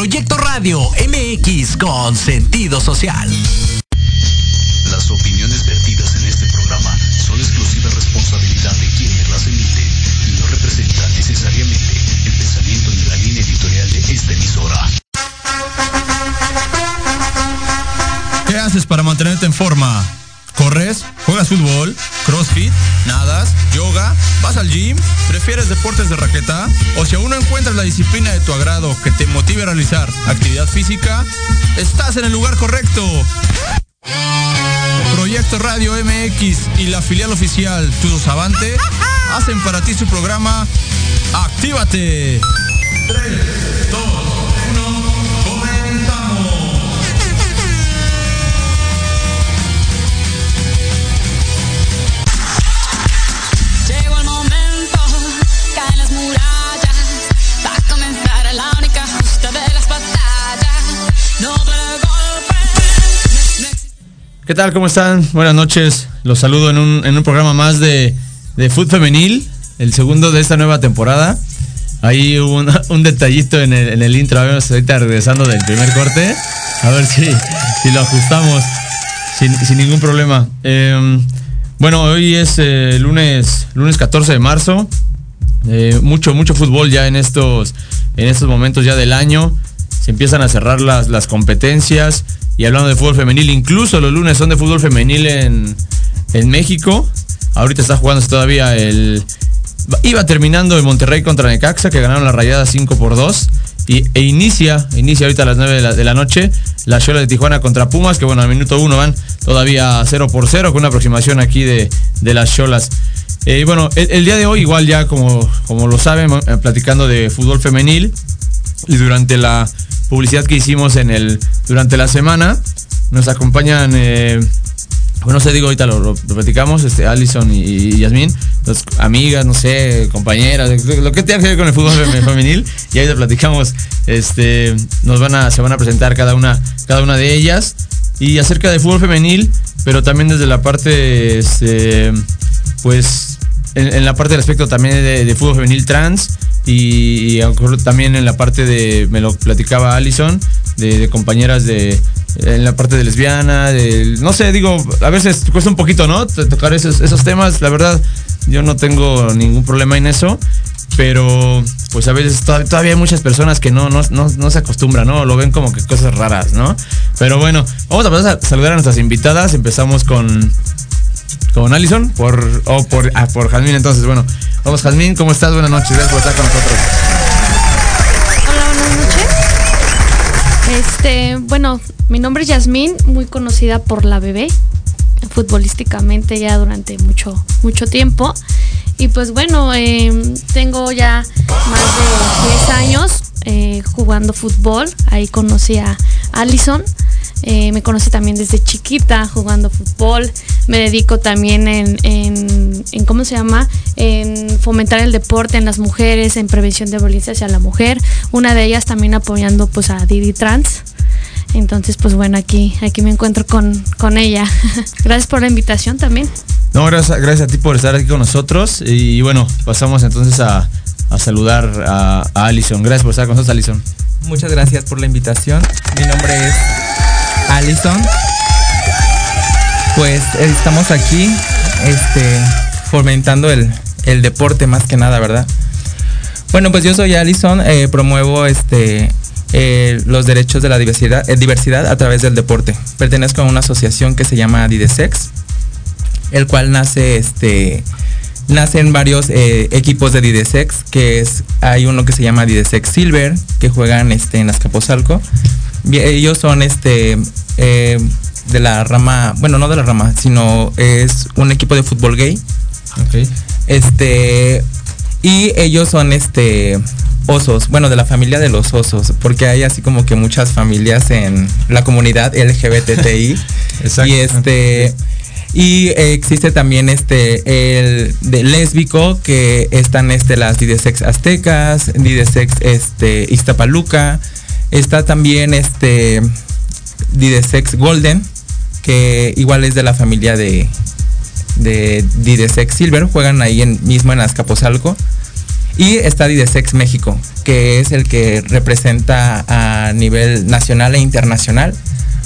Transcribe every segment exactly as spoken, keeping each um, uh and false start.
Proyecto Radio M X con sentido social. Las opiniones vertidas en este programa son exclusiva responsabilidad de quienes las emiten y no representan necesariamente el pensamiento ni la línea editorial de esta emisora. ¿Qué haces para mantenerte en forma? ¿Corres? ¿Juegas fútbol? ¿Crossfit? ¿Nadas? ¿Yoga? ¿Vas al gym? ¿Prefieres deportes de raqueta? O si aún no encuentras la disciplina de tu agrado que te motive a realizar actividad física, estás en el lugar correcto. Proyecto Radio M X y la filial oficial Tudos Avante hacen para ti su programa Actívate. tres, dos, uno, comenzamos. Llegó el momento, caen las murallas, va a comenzar la única justa de las batallas. No duele el golpe. ¿Qué tal? ¿Cómo están? Buenas noches. Los saludo en un, en un programa más de, de Fútbol Femenil, el segundo de esta nueva temporada. Ahí hubo un, un detallito en el, en el intro. A ver, ahorita regresando del primer corte. A ver si, si lo ajustamos sin, sin ningún problema. Eh, bueno, hoy es eh, lunes, lunes catorce de marzo. Eh, mucho, mucho fútbol ya en estos, en estos momentos ya del año. Se empiezan a cerrar las, las competencias. Y hablando de fútbol femenil, incluso los lunes son de fútbol femenil en, en México. Ahorita está jugándose todavía el... Iba terminando el Monterrey contra Necaxa, que ganaron la Rayada cinco por dos. Y, e inicia, inicia ahorita a las nueve de la, de la noche, la Xolas de Tijuana contra Pumas, que bueno, al minuto uno van todavía cero por cero, con una aproximación aquí de, de las Xolas. Eh, y bueno, el, el día de hoy, igual ya como, como lo saben, eh, platicando de fútbol femenil. Y durante la publicidad que hicimos en el durante la semana, nos acompañan, eh, bueno, no sé, digo, ahorita lo, lo, lo platicamos, este, Alison y, y Yasmín, dos amigas, no sé, compañeras, lo que tenga que ver con el fútbol femenil, y ahí lo platicamos, este, nos van a, se van a presentar cada una, cada una de ellas, y acerca de fútbol femenil, pero también desde la parte, este, pues, en, en la parte del aspecto también de, de fútbol femenil trans, y, y también en la parte de, me lo platicaba Alison, de, de compañeras de, en la parte de lesbiana, de, no sé, digo, a veces cuesta un poquito, ¿no? Tocar esos, esos temas, la verdad, yo no tengo ningún problema en eso, pero pues a veces todavía hay muchas personas que no, no, no, no se acostumbran, ¿no? Lo ven como que cosas raras, ¿no? Pero bueno, vamos a pasar a saludar a nuestras invitadas. Empezamos con con Alison, por, o oh, por, ah, por Jazmín. Entonces, bueno, vamos, Jazmín, ¿cómo estás? Buenas noches, gracias por estar con nosotros. Hola, buenas noches. Este, bueno, mi nombre es Yasmín, muy conocida por La Bebé, futbolísticamente ya durante mucho, mucho tiempo. Y pues bueno, eh, tengo ya más de diez años eh, jugando fútbol. Ahí conocí a Alison. Eh, me conocí también desde chiquita jugando fútbol. Me dedico también en, en, en ¿cómo se llama? En fomentar el deporte en las mujeres, en prevención de violencia hacia la mujer. Una de ellas también apoyando pues a Didi Trans. Entonces, pues bueno, aquí, aquí me encuentro con, con ella. Gracias por la invitación también. No, gracias, gracias a ti por estar aquí con nosotros. Y bueno, pasamos entonces a, a saludar a, a Alison. Gracias por estar con nosotros, Alison. Muchas gracias por la invitación. Mi nombre es Alison. Pues estamos aquí este, fomentando el, el deporte más que nada, ¿verdad? Bueno, pues yo soy Alison, eh, promuevo este, eh, los derechos de la diversidad, eh, diversidad a través del deporte. Pertenezco a una asociación que se llama Didesex, el cual nace, este, nacen varios eh, equipos de Didesex, que es, hay uno que se llama Didesex Silver, que juegan este, en Azcapotzalco. Ellos son este eh, de la rama, bueno, no de la rama, sino es un equipo de fútbol gay. Okay. Este, y ellos son este osos, bueno, de la familia de los osos, porque hay así como que muchas familias en la comunidad L G B T T I. Exacto. Y este y eh, existe también este el de lésbico, que están este las Didesex Aztecas, Didesex este Iztapaluca. Está también este Didesex Golden, que igual es de la familia de, de Didesex Silver. Juegan ahí en, mismo en Azcapotzalco. Y está Didesex México, que es el que representa a nivel nacional e internacional,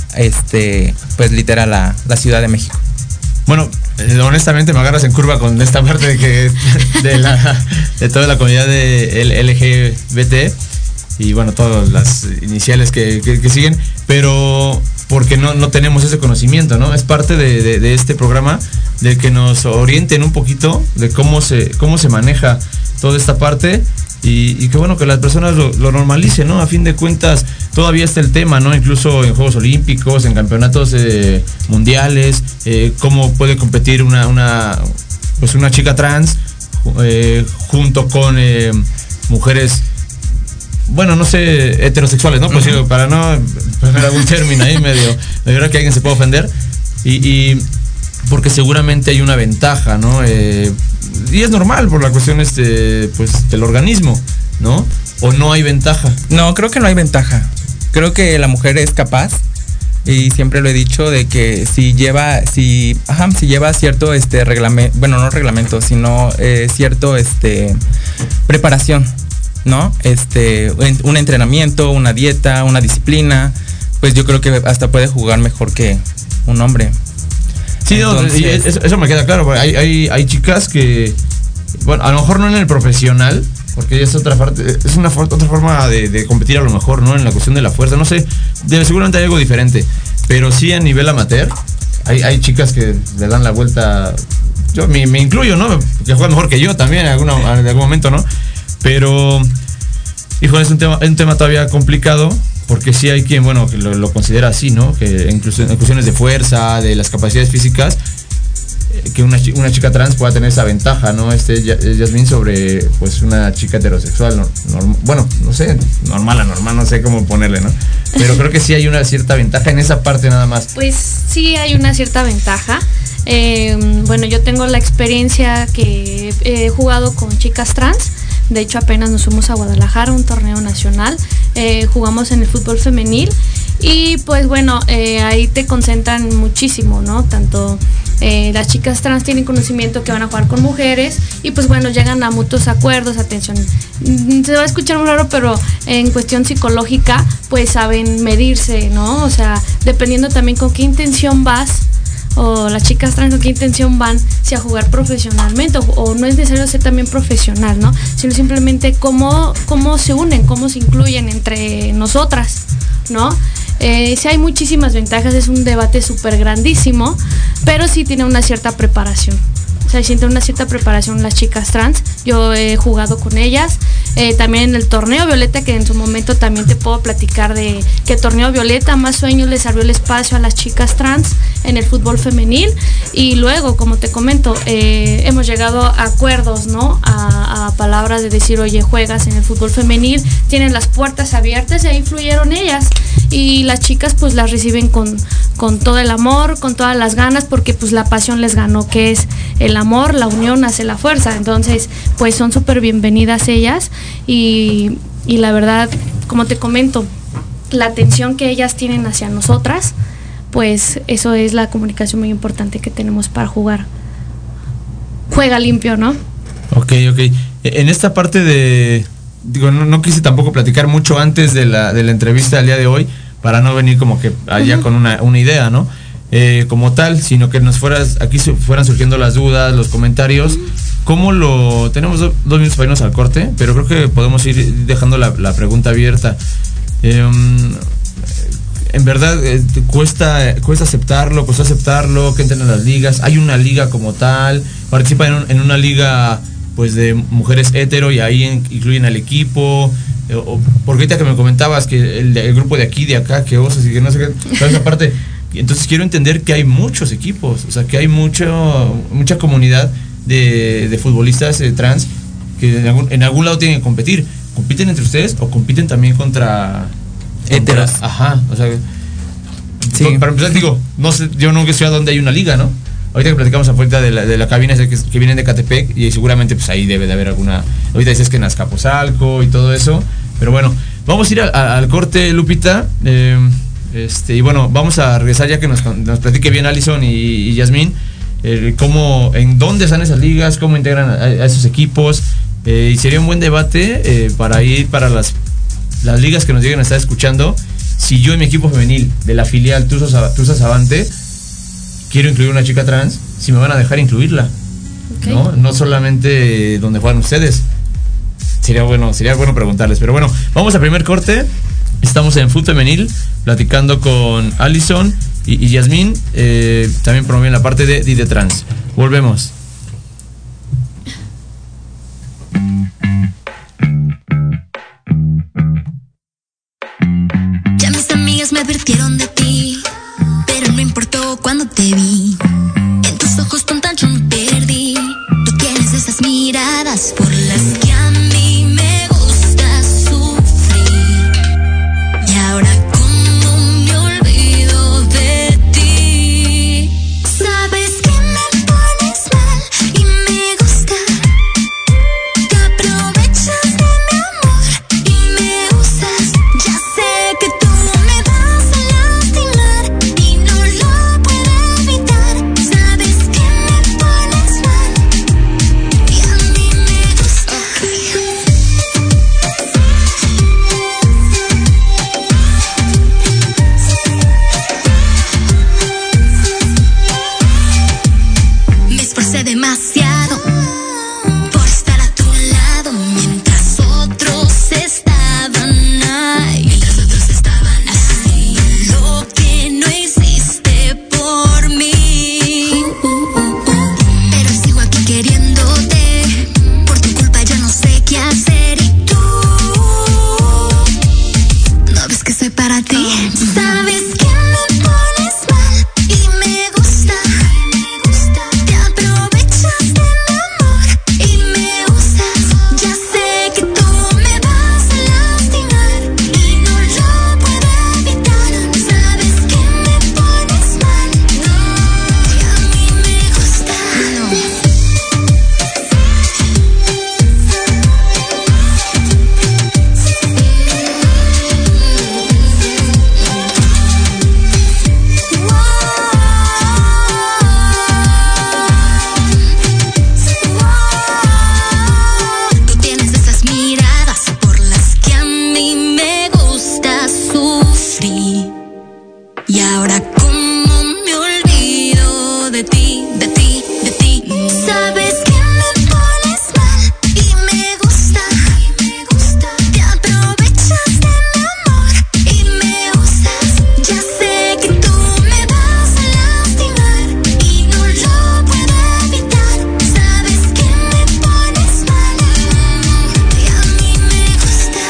este, pues literal la, la Ciudad de México. Bueno, eh, honestamente me agarras en curva con esta parte de que de, la, de toda la comunidad de L G B T y bueno, todas las iniciales que, que, que siguen, pero porque no, no tenemos ese conocimiento, ¿no? Es parte de, de, de este programa de que nos orienten un poquito de cómo se, cómo se maneja toda esta parte y, y que bueno, que las personas lo, lo normalicen, ¿no? A fin de cuentas, todavía está el tema, ¿no? Incluso en Juegos Olímpicos, en campeonatos eh, mundiales, eh, cómo puede competir una, una, pues una chica trans eh, junto con eh, mujeres, bueno, no sé, heterosexuales, ¿no? Pues uh-huh. para no poner algún término ahí medio, de verdad que alguien se puede ofender. Y, y porque seguramente hay una ventaja, ¿no? Eh, y es normal por la cuestión este, pues, del organismo, ¿no? ¿O no hay ventaja? No, creo que no hay ventaja. Creo que la mujer es capaz. Y siempre lo he dicho de que si lleva, si, ajá, si lleva cierto este reglamento, bueno, no reglamento, sino eh, cierto este preparación, ¿no? Este, un entrenamiento, una dieta, una disciplina, pues yo creo que hasta puede jugar mejor que un hombre. Sí, Entonces, no, eso, eso me queda claro. Hay, hay, hay chicas que, bueno, a lo mejor no en el profesional, porque es otra parte, es una otra forma de, de competir a lo mejor, ¿no? En la cuestión de la fuerza, no sé, de, seguramente hay algo diferente, pero sí a nivel amateur, hay, hay chicas que le dan la vuelta, yo me, me incluyo, ¿no? Que juegan mejor que yo también en, alguna, en algún momento, ¿no? Pero, híjole, es un tema, es un tema todavía complicado, porque sí hay quien, bueno, que lo, lo considera así, ¿no? Que en cuestiones de fuerza, de las capacidades físicas, que una, una chica trans pueda tener esa ventaja, ¿no? Este Yasmín sobre pues una chica heterosexual, ¿no? Norm, bueno, no sé, normal a normal, no sé cómo ponerle, ¿no? Pero creo que sí hay una cierta ventaja en esa parte nada más. Pues sí hay una cierta ventaja. Eh, bueno, yo tengo la experiencia que he jugado con chicas trans. De hecho, apenas nos fuimos a Guadalajara, un torneo nacional. Eh, jugamos en el fútbol femenil. Y pues bueno, eh, ahí te concentran muchísimo, ¿no? Tanto eh, las chicas trans tienen conocimiento que van a jugar con mujeres y pues bueno, llegan a mutuos acuerdos, atención. Se va a escuchar muy raro, pero en cuestión psicológica, pues saben medirse, ¿no? O sea, dependiendo también con qué intención vas, o las chicas trans con qué intención van, si a jugar profesionalmente, o, o no es necesario ser también profesional, ¿no? Sino simplemente cómo, cómo se unen, cómo se incluyen entre nosotras, ¿no? Eh, sí hay muchísimas ventajas, es un debate súper grandísimo, pero sí tiene una cierta preparación. O sea, sienten una cierta preparación las chicas trans. Yo he jugado con ellas. Eh, también en el torneo Violeta, que en su momento también te puedo platicar de que el torneo Violeta Más Sueños les abrió el espacio a las chicas trans en el fútbol femenil. Y luego, como te comento, eh, hemos llegado a acuerdos, ¿no? A, a palabras de decir, oye, juegas en el fútbol femenil, tienen las puertas abiertas, y ahí fluyeron ellas. Y las chicas pues las reciben con, con todo el amor, con todas las ganas, porque pues la pasión les ganó, que es el amor, la unión hace la fuerza. Entonces pues son súper bienvenidas ellas y, y la verdad, como te comento, la atención que ellas tienen hacia nosotras, pues eso es la comunicación muy importante que tenemos para jugar. Juega limpio, ¿no? Ok, ok. En esta parte de... Digo, no, no quise tampoco platicar mucho antes de la, de la entrevista del día de hoy, para no venir como que allá uh-huh. con una, una idea, ¿no? Eh, como tal, sino que nos fueras, aquí su, fueran surgiendo las dudas, los comentarios. Uh-huh. ¿Cómo lo...? Tenemos do, dos minutos para irnos al corte, pero creo que podemos ir dejando la, la pregunta abierta. Eh, en verdad, eh, cuesta, cuesta aceptarlo, cuesta aceptarlo, que entren en las ligas. Hay una liga como tal, participa en, un, en una liga... pues de mujeres hetero y ahí en, incluyen al equipo, eh, o, porque ahorita que me comentabas que el, el grupo de aquí, de acá, que osos y que no sé qué, toda esa parte, entonces quiero entender que hay muchos equipos, o sea que hay mucho, mucha comunidad de, de futbolistas eh, trans que en algún, en algún lado tienen que competir. ¿Compiten entre ustedes o compiten también contra heteros? Contra, ajá, o sea, sí. Para empezar digo, no sé, yo nunca sé a dónde hay una liga, ¿no? Ahorita que platicamos afuera de la, de la cabina, es que, que vienen de Catepec y seguramente pues ahí debe de haber alguna... Ahorita dices que en Azcapotzalco y todo eso, pero bueno, vamos a ir a, a, al corte, Lupita, eh, este, y bueno, vamos a regresar ya que nos, nos platique bien Alison y, y Yasmín, eh, cómo, en dónde están esas ligas, cómo integran a, a esos equipos, Eh, y sería un buen debate eh, para ir para las, las ligas que nos lleguen a estar escuchando. Si yo en mi equipo femenil de la filial Tuzas, Tuzas Avante quiero incluir una chica trans, si me van a dejar incluirla. Okay. ¿No? No solamente donde juegan ustedes. Sería bueno, sería bueno preguntarles. Pero bueno, vamos al primer corte. Estamos en Fútbol Femenil platicando con Alison y, y Yasmín. Eh, también promueven la parte de, de Trans. Volvemos. Ya mis amigas me advirtieron de ti, pero no importó cuando te vi. En tus ojos con tan yo me perdí. Tú tienes esas miradas por las que a mí me gusta sufrir. Y ahora cómo me olvido de ti. Sabes que me pones mal y me gusta. Te aprovechas de mi amor y me usas. Ya sé que tú me vas a lastimar y no lo puedo evitar. Sabes que me pones mal y a mí me gusta. Me esforcé demasiado por estar a tu lado mientras otros estaban ahí. Mientras otros estaban ahí. Lo que no hiciste por mí. Pero sigo aquí queriéndote. Por tu culpa ya no sé qué hacer y tú no ves que soy para ti. Sabes que me pones mal y me gusta. Te aprovechas de mi amor y me usas. Ya sé que tú me vas a lastimar y no lo puedo evitar. Sabes que me pones mal y a mí me gusta. Tú tienes esas miradas por las que a mí me gusta sufrir. Y ahora cómo me olvido de ti, de ti, de ti. Sabes que me pones mal y me gusta. Te aprovechas de mi amor y me usas. Ya sé que tú me vas a lastimar y no lo puedo evitar. Sabes que me pones mal y a mí me gusta.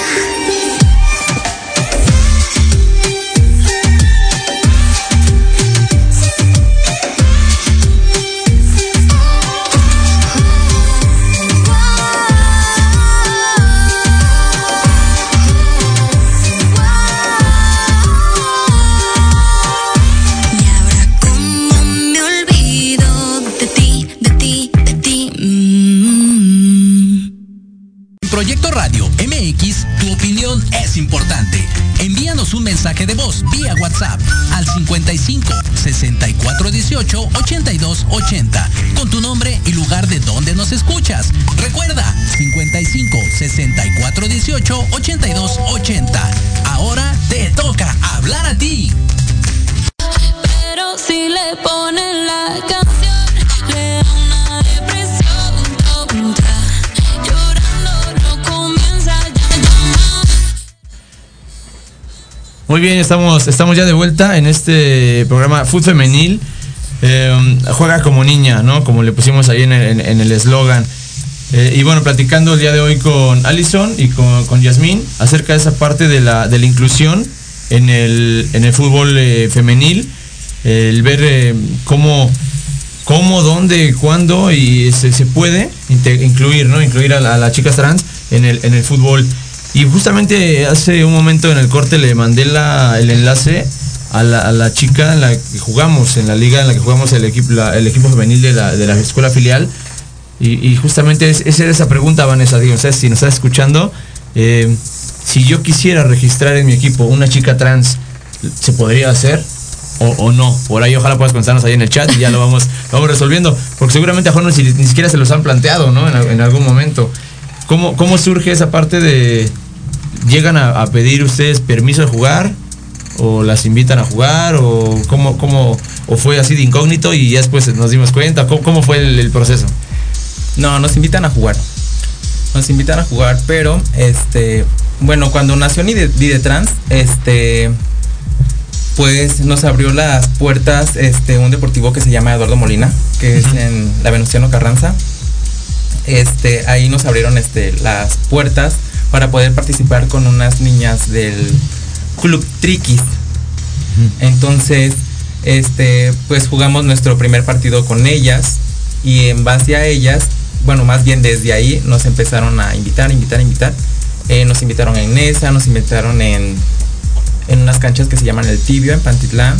Y ahora cómo me olvido de ti, de ti, de ti. Mm. En Proyecto Radio M X, tu opinión es importante. Envíanos un mensaje de voz vía WhatsApp al cincuenta y cinco, sesenta y cuatro dieciocho, ochenta y dos ochenta con tu nombre y lugar de donde nos escuchas. Recuerda, cincuenta y cinco, sesenta y cuatro dieciocho, ochenta y dos ochenta. Ahora te toca hablar a ti. Pero si le ponen la canción, le da una depresión tonta. Llorando no comienza ya llamar. Muy bien, estamos, estamos ya de vuelta en este programa Fútbol Femenil. Eh, juega como niña, ¿no? Como le pusimos ahí en el en el eslogan. Eh, y bueno, platicando el día de hoy con Alison y con, con Yasmín acerca de esa parte de la, de la inclusión en el, en el fútbol eh, femenil. Eh, el ver eh, cómo, cómo, dónde, cuándo y se, se puede incluir, ¿no? Incluir a, la, a las chicas trans en el, en el fútbol. Y justamente hace un momento en el corte le mandé la, el enlace a la, a la chica en la que jugamos, en la liga en la que jugamos el equipo, la, el equipo femenil de la, de la escuela filial. Y, y justamente es, esa era esa pregunta, Vanessa. Digo, o sea, si nos estás escuchando, eh, si yo quisiera registrar en mi equipo una chica trans, ¿se podría hacer? O, o no. Por ahí ojalá puedas contestarnos ahí en el chat y ya lo vamos, lo vamos resolviendo. Porque seguramente a Jorge ni, ni siquiera se los han planteado, ¿no? En, en algún momento. ¿cómo, cómo surge esa parte de... ¿Llegan a, a pedir ustedes permiso de jugar? ¿O las invitan a jugar? ¿O cómo, cómo o fue así de incógnito y ya después nos dimos cuenta? ¿Cómo, cómo fue el, el proceso? No, nos invitan a jugar. Nos invitan a jugar, pero este, bueno, cuando nació Didetrans, este, pues nos abrió las puertas este un deportivo que se llama Eduardo Molina, que es en la Venustiano Carranza. Este, ahí nos abrieron este las puertas para poder participar con unas niñas del Club Triquis. Entonces, este, pues jugamos nuestro primer partido con ellas y en base a ellas, bueno, más bien desde ahí nos empezaron a invitar, invitar, invitar. Eh, nos invitaron en Nesa, nos invitaron en, en unas canchas que se llaman El Tibio, en Pantitlán.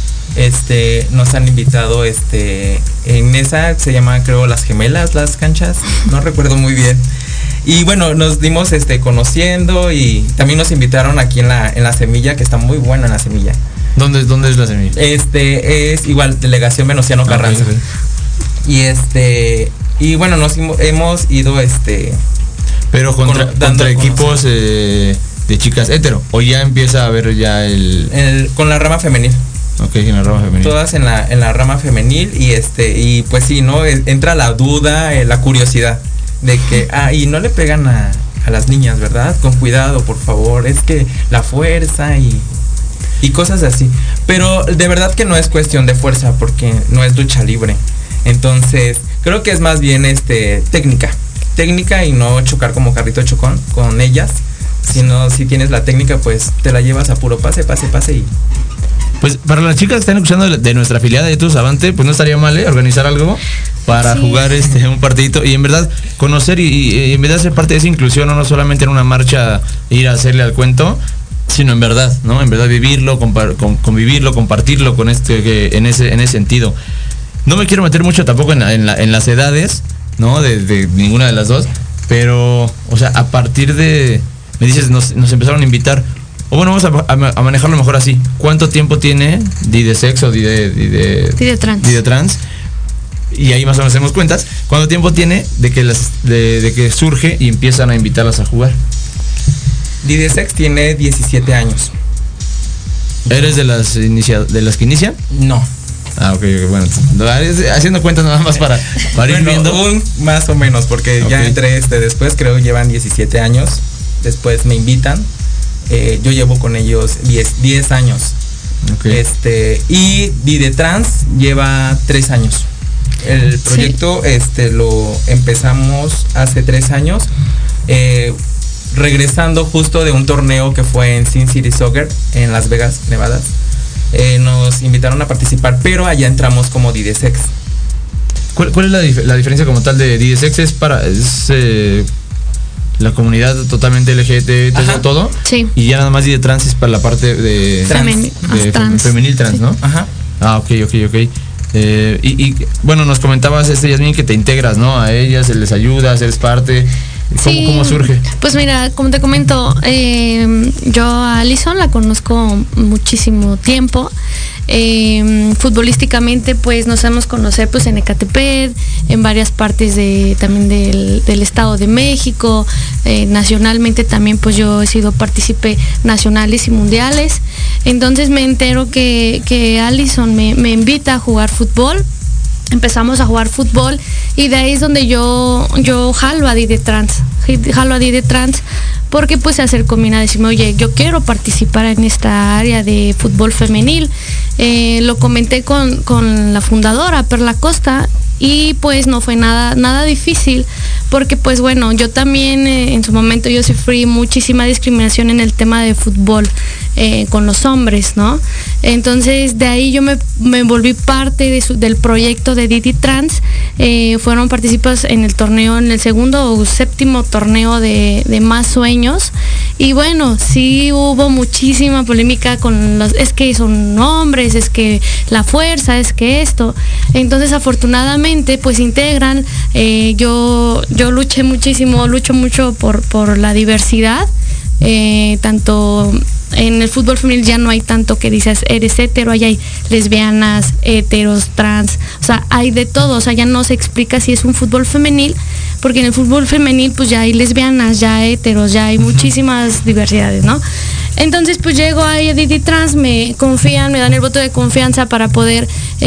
Este, nos han invitado, este, en Nesa se llaman, creo, Las Gemelas, las canchas, no recuerdo muy bien. Y bueno, nos dimos este conociendo y también nos invitaron aquí en la, en la Semilla, que está muy buena en la Semilla. ¿Dónde, dónde es la Semilla? Este, es igual, Delegación Venustiano Carranza. Okay, okay. Y este, y bueno, nos hemos ido este... Pero contra, con, contra equipos eh, de chicas hetero, o ya empieza a haber ya el... el con la rama femenil. Ok, en la rama femenil. Todas en la, en la rama femenil y este, y pues sí, ¿no? Entra la duda, eh, la curiosidad. De que, ah, y no le pegan a, a las niñas, ¿verdad? Con cuidado, por favor. Es que la fuerza y, y cosas así. Pero de verdad que no es cuestión de fuerza, porque no es lucha libre. Entonces, creo que es más bien este técnica. Técnica y no chocar como carrito chocón con ellas. Sino si tienes la técnica, pues te la llevas a puro pase, pase, pase y... Pues para las chicas que están escuchando de nuestra afiliada de Tus Avante, pues no estaría mal, ¿eh? Organizar algo para sí. jugar este un partidito y en verdad conocer y, y en verdad ser parte de esa inclusión, no, no solamente en una marcha ir a hacerle al cuento, sino en verdad, ¿no? En verdad vivirlo, compar, con, convivirlo, compartirlo con este que, en ese en ese sentido. No me quiero meter mucho tampoco en, en, la, en las edades, ¿no? De, de ninguna de las dos, pero, o sea, a partir de, me dices, nos, nos empezaron a invitar. O bueno, vamos a, a, a manejarlo mejor así. ¿Cuánto tiempo tiene Didesex o Dide, Dide, Didetrans? Didetrans? Y ahí más o menos hacemos cuentas. ¿Cuánto tiempo tiene de que las de, de que surge y empiezan a invitarlas a jugar? Didesex tiene diecisiete años. ¿Eres de las inicia, de las que inician? No. Ah, ok, bueno. Haciendo cuentas nada más para, para bueno, ir viendo. Un, más o menos, porque okay. ya entré este después, creo que llevan diecisiete años. Después me invitan. Eh, yo llevo con ellos diez años. Okay. Este, y Didetrans lleva tres años. El proyecto sí. este, lo empezamos hace tres años. Eh, regresando justo de un torneo que fue en Sin City Soccer en Las Vegas, Nevada. Eh, nos invitaron a participar, pero allá entramos como Didesex. ¿Cuál, cuál es la, dif- la diferencia como tal de Didesex? ¿Es para... Es, eh... la comunidad totalmente L G B T, todo, todo. Sí. Y ya nada más Didetrans es para la parte de trans, Femen, de trans. femenil trans, sí. ¿no? Ajá. Ah, ok, ok, ok. Eh, y, y bueno, nos comentabas, este Yasmín, que te integras, ¿no? A ellas, les ayudas, eres parte. ¿Cómo, sí, ¿Cómo surge? Pues mira, como te comento, eh, yo a Alison la conozco muchísimo tiempo. Eh, futbolísticamente pues nos hemos conocer pues en Ecatepec, en varias partes de también del, del Estado de México, eh, nacionalmente también pues yo he sido partícipe nacionales y mundiales. Entonces me entero que, que Alison me, me invita a jugar fútbol. Empezamos a jugar fútbol y de ahí es donde yo yo jalo a Didetrans, jalo a Didetrans porque pues se acercó Mina a decirme, oye, yo quiero participar en esta área de fútbol femenil. Eh, lo comenté con, con la fundadora, Perla Costa, y pues no fue nada, nada difícil, porque pues bueno, yo también eh, en su momento yo sufrí muchísima discriminación en el tema de fútbol eh, con los hombres, ¿no? Entonces de ahí yo me, me volví parte de su, del proyecto de Didetrans. Eh, fueron participantes en el torneo, en el segundo o séptimo torneo de, de Más Sueños, y bueno, sí hubo muchísima polémica con los, es que son hombres, es que la fuerza, es que esto. Entonces afortunadamente pues integran. eh, yo yo luché muchísimo, lucho mucho por, por la diversidad. Eh, tanto en el fútbol femenil ya no hay tanto que dices eres hetero, ahí hay lesbianas, heteros, trans, o sea, hay de todo, o sea, ya no se explica si es un fútbol femenil, porque en el fútbol femenil pues ya hay lesbianas, ya hay heteros, ya hay muchísimas diversidades, ¿no? Entonces pues llego ahí a Didi Trans, me confían, me dan el voto de confianza para poder,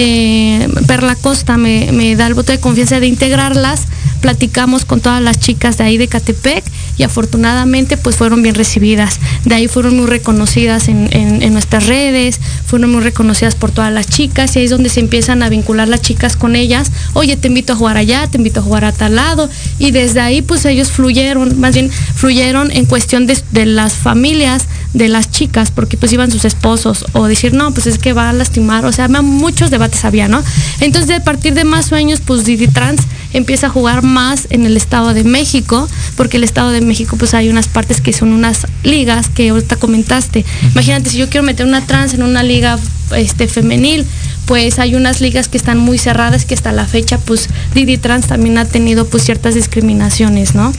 eh, Perla Costa me, me da el voto de confianza de integrarlas, platicamos con todas las chicas de ahí de Catepec y afortunadamente pues fueron bien recibidas, de ahí fueron muy reconocidas en, en, en nuestras redes, fueron muy reconocidas por todas las chicas y ahí es donde se empiezan a vincular las chicas con ellas, oye te invito a jugar allá, te invito a jugar a tal lado y desde ahí pues ellos fluyeron, más bien fluyeron en cuestión de, de las familias de las chicas, porque pues iban sus esposos, o decir, no, pues es que va a lastimar, o sea, muchos debates había, ¿no? Entonces, a partir de más sueños, pues Didi Trans empieza a jugar más en el Estado de México, porque el Estado de México, pues hay unas partes que son unas ligas que ahorita comentaste. Imagínate, si yo quiero meter una trans en una liga este femenil, pues hay unas ligas que están muy cerradas, que hasta la fecha, pues Didi Trans también ha tenido pues ciertas discriminaciones, ¿no?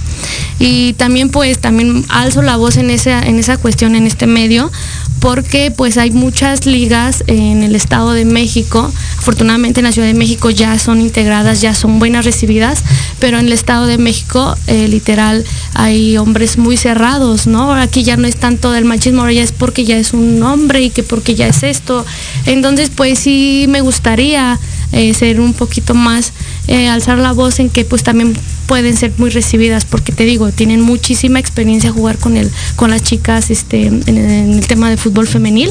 Y también pues también alzo la voz en esa, en esa cuestión, en este medio, porque pues hay muchas ligas en el Estado de México, afortunadamente en la Ciudad de México ya son integradas, ya son buenas recibidas, pero en el Estado de México eh, literal hay hombres muy cerrados, ¿no? Aquí ya no es tanto del machismo, ahora ya es porque ya es un hombre y que porque ya es esto. Entonces pues sí me gustaría eh, ser un poquito más, eh, alzar la voz en que pues también pueden ser muy recibidas, porque te digo, tienen muchísima experiencia jugar con el, con las chicas este, en, en el tema de fútbol femenil,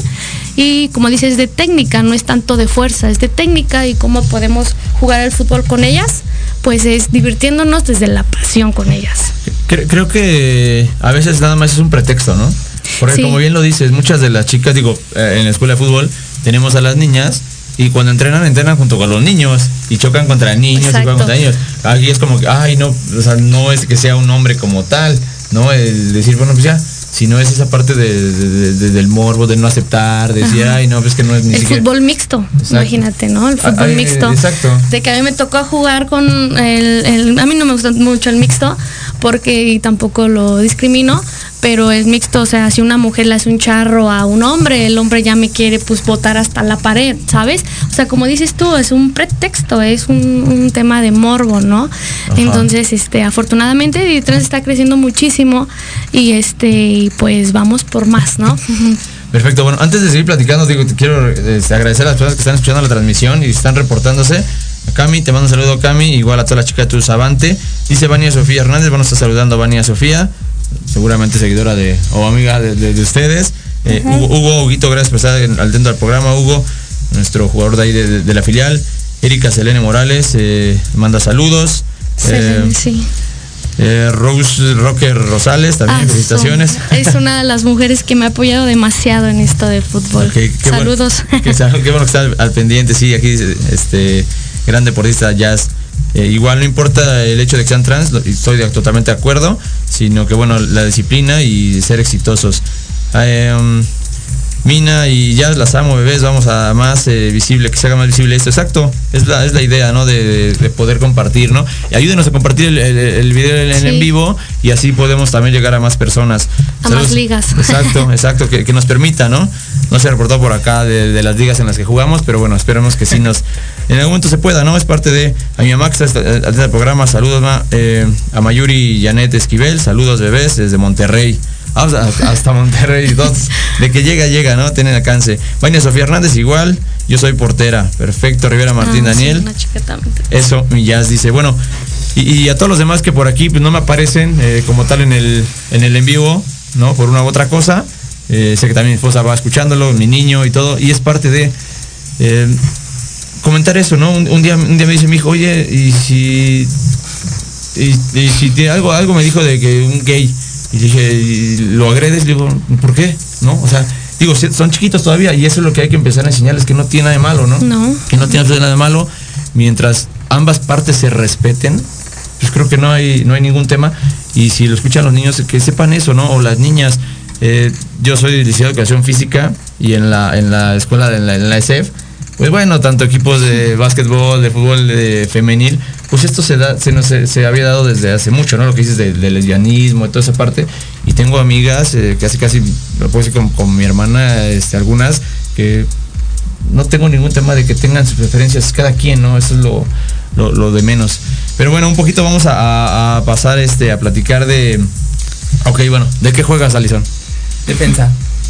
y como dices, de técnica, no es tanto de fuerza, es de técnica, y cómo podemos jugar el fútbol con ellas, pues es divirtiéndonos desde la pasión con ellas. Creo, creo que a veces nada más es un pretexto, ¿no? Porque sí, como bien lo dices, muchas de las chicas, digo, en la escuela de fútbol tenemos a las niñas, y cuando entrenan, entrenan junto con los niños y chocan contra niños. Exacto. Y juegan contra niños. Aquí es como que, ay, no, o sea, no es que sea un hombre como tal, ¿no? El decir, bueno, pues ya, si no es esa parte de, de, de, del morbo, de no aceptar, de decir, ay, no, pues que no es ni el siquiera... El fútbol mixto, exacto. Imagínate, ¿no? El fútbol ay, mixto. Exacto. De que a mí me tocó jugar con el, el... A mí no me gusta mucho el mixto, porque y tampoco lo discrimino, pero es mixto, o sea, si una mujer le hace un charro a un hombre, el hombre ya me quiere pues botar hasta la pared, ¿sabes? O sea, como dices tú, es un pretexto, es un, un tema de morbo, ¿no? Ajá. Entonces, este, afortunadamente Didi Trans está creciendo muchísimo y este, pues vamos por más, ¿no? Perfecto, bueno, antes de seguir platicando, digo, te quiero este, agradecer a las personas que están escuchando la transmisión y están reportándose. A Cami, te mando un saludo, Cami, igual a toda la chica de tu Sabante. Dice Vania Sofía Hernández, bueno, está saludando a Vania Sofía, seguramente seguidora de o amiga de, de, de ustedes. Eh, uh-huh. Hugo, Hugo, Huguito, gracias por estar al dentro del programa, Hugo, nuestro jugador de ahí de, de, de la filial. Erika Selene Morales, eh, manda saludos. Selene, eh, sí. Eh, Rose Rocker Rosales, también ah, felicitaciones. Son, es una de las mujeres que me ha apoyado demasiado en esto de fútbol. Okay, qué saludos. Bueno, qué, qué bueno que está al, al pendiente, sí, aquí este gran deportista Jazz. Eh, igual no importa el hecho de que sean trans, estoy de, totalmente de acuerdo, sino que bueno, la disciplina y ser exitosos. Eh, um, Mina y Jazz, las amo, bebés, vamos a más eh, visible, que se haga más visible esto. Exacto, es la, es la idea, ¿no? De, de, de poder compartir, ¿no? Y ayúdenos a compartir el, el, el video en, sí. en vivo, y así podemos también llegar a más personas. A Saludos. Más ligas. Exacto, exacto, que, que nos permita, ¿no? No se ha reportado por acá de, de las ligas en las que jugamos, pero bueno, esperemos que sí nos, en algún momento se pueda, ¿no? Es parte de, a mi mamá que está al del programa, saludos, ma, eh, a Mayuri Janet Esquivel, saludos, bebés, desde Monterrey. Hasta Monterrey, dos, de que llega, llega, ¿no? Tienen alcance. Vania Sofía Hernández, igual, yo soy portera. Perfecto, Rivera Martín ah, Daniel. Sí, eso, mi Jazz dice, bueno, y, y a todos los demás que por aquí pues no me aparecen eh, como tal en el, en el en vivo, ¿no? Por una u otra cosa. Eh, sé que también mi esposa va escuchándolo, mi niño y todo, y es parte de eh, comentar eso, ¿no? Un, un día, un día me dice mi hijo, oye, y si y, y si te, algo, algo me dijo de que un gay. Y dije, ¿y lo agredes? Le digo, ¿por qué? ¿No? O sea, digo, son chiquitos todavía y eso es lo que hay que empezar a enseñarles, que no tiene nada de malo, ¿no? No. Que no tiene nada de malo, mientras ambas partes se respeten, pues creo que no hay, no hay ningún tema. Y si lo escuchan los niños, que sepan eso, ¿no? O las niñas. Eh, yo soy licenciado de Educación Física y en la, en la escuela, de la, en la E S E F, pues bueno, tanto equipos de básquetbol, de fútbol de femenil, pues esto se da, se, nos, se, se había dado desde hace mucho, ¿no? Lo que dices de, de lesbianismo y toda esa parte. Y tengo amigas, eh, casi casi, lo puedo decir con, con mi hermana, este, algunas, que no tengo ningún tema de que tengan sus preferencias, cada quien, ¿no? Eso es lo, lo, lo de menos. Pero bueno, un poquito vamos a, a, a pasar este a platicar de. Ok, bueno, ¿de qué juegas, Alison? Defensa.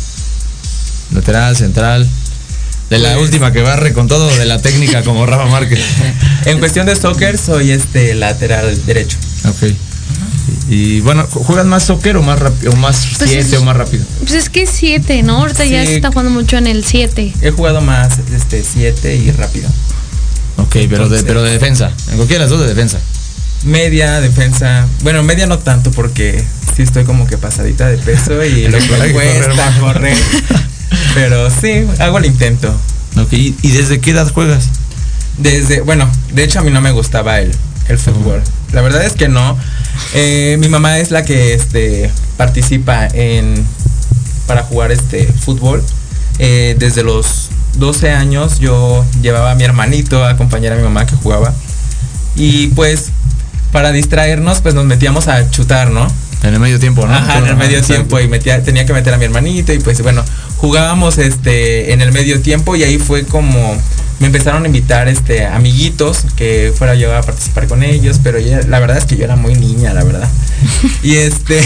Lateral, central. De la Pues- última que barre con todo, de la técnica como Rafa Márquez. En cuestión de soccer soy este lateral derecho. Ok. Y bueno, ¿juegas más soccer o más rápido, o más Pues siete es- o más rápido? Pues es que es siete, ¿no? Ahorita ya Sí. se está jugando mucho en el siete. He jugado más este siete y rápido. Ok, pero de, Entonces- pero de defensa. En cualquiera de las dos de defensa. Media, defensa. Bueno, media no tanto porque sí estoy como que pasadita de peso y lo que Hay me que correr cuesta más. correr. Pero sí, hago el intento. Ok, ¿y y desde qué edad juegas? Desde, bueno, de hecho a mí no me gustaba el, el fútbol. La verdad es que no. Eh, mi mamá es la que este participa en para jugar este fútbol. Eh, desde los doce años yo llevaba a mi hermanito a acompañar a mi mamá que jugaba. Y pues para distraernos pues nos metíamos a chutar, ¿no? En el medio tiempo, ¿no? Ajá, en el medio Exacto. tiempo y metía, tenía que meter a mi hermanito y pues bueno, jugábamos este en el medio tiempo y ahí fue como me empezaron a invitar este amiguitos que fuera yo a participar con ellos, pero ya- la verdad es que yo era muy niña, la verdad. Y este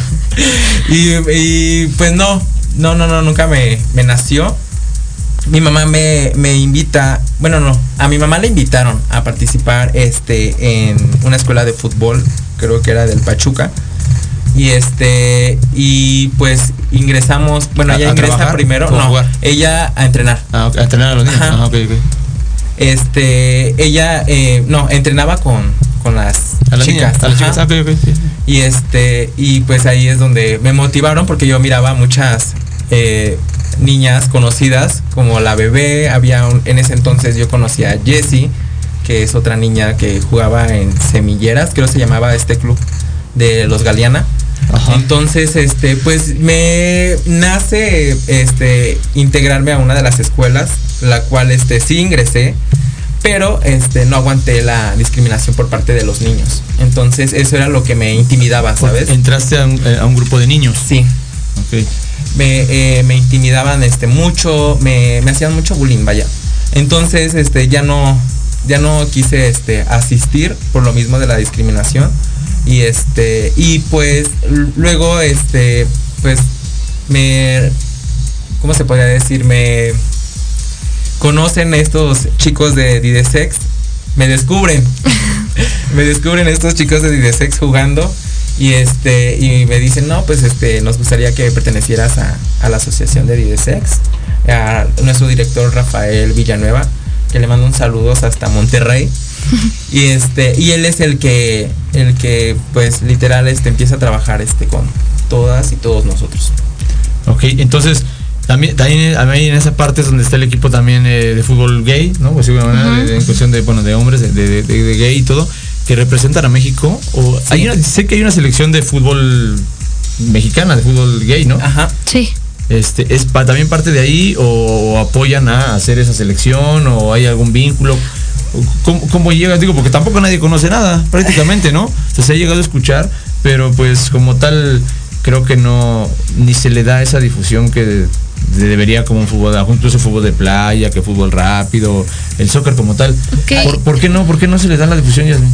y, y, pues no, no, no, no, nunca me, me nació. Mi mamá me, me invita, bueno no, a mi mamá le invitaron a participar este en una escuela de fútbol, creo que era del Pachuca. Y este, y pues ingresamos, bueno, ¿A- ella a ingresa trabajar primero, o a no, jugar? ella a entrenar. Ah, ok, a entrenar a los niños. Ajá. Ajá, ok, ok. Este, ella, eh, no, entrenaba con, con las A las chicas. niñas, a las ajá. chicas. Ah, ok, ok. Sí. Y este, y pues ahí es donde me motivaron porque yo miraba muchas eh, niñas conocidas, como la bebé, había un- en ese entonces yo conocía a Jessie, que es otra niña que jugaba en Semilleras, creo que se llamaba este club de los Galeana. Ajá. Entonces, este, pues me nace este integrarme a una de las escuelas, la cual este sí ingresé, pero este no aguanté la discriminación por parte de los niños. Entonces, eso era lo que me intimidaba, ¿sabes? Entraste a un, eh, a un grupo de niños. Sí. Ok. Me, eh, me intimidaban este mucho, me, me hacían mucho bullying, vaya. Entonces, este ya no ya no quise este asistir por lo mismo de la discriminación. Y este y pues l- luego este pues me ¿cómo se podría decir? Me conocen estos chicos de Didesex, me descubren. me descubren estos chicos de Didesex jugando y este y me dicen, "No, pues este nos gustaría que pertenecieras a, a la asociación de Didesex." A nuestro director Rafael Villanueva, que le mando un saludos hasta Monterrey. Y este y él es el que el que pues literal este empieza a trabajar este con todas y todos nosotros. Ok, entonces también, también ahí en esa parte es donde está el equipo también eh, de fútbol gay, ¿no? Pues de alguna manera, Ujú. de- de- en cuestión de, bueno, de hombres, de, de- de- de gay y todo, que representan a México. O Sí. hay una, sé que hay una selección de fútbol mexicana, de fútbol gay, ¿no? Ajá. Sí. Este, ¿es pa- también parte de ahí o, o apoyan a hacer esa selección o hay algún vínculo? ¿Cómo, cómo llega? Digo, porque tampoco nadie conoce nada, prácticamente, ¿no? O sea, se ha llegado a escuchar, pero pues como tal, creo que no, ni se le da esa difusión que de- debería como un fútbol, incluso fútbol de playa, que fútbol rápido, el soccer como tal. Ok. ¿Por, por qué no? ¿Por qué no se le da la difusión, Yasmin?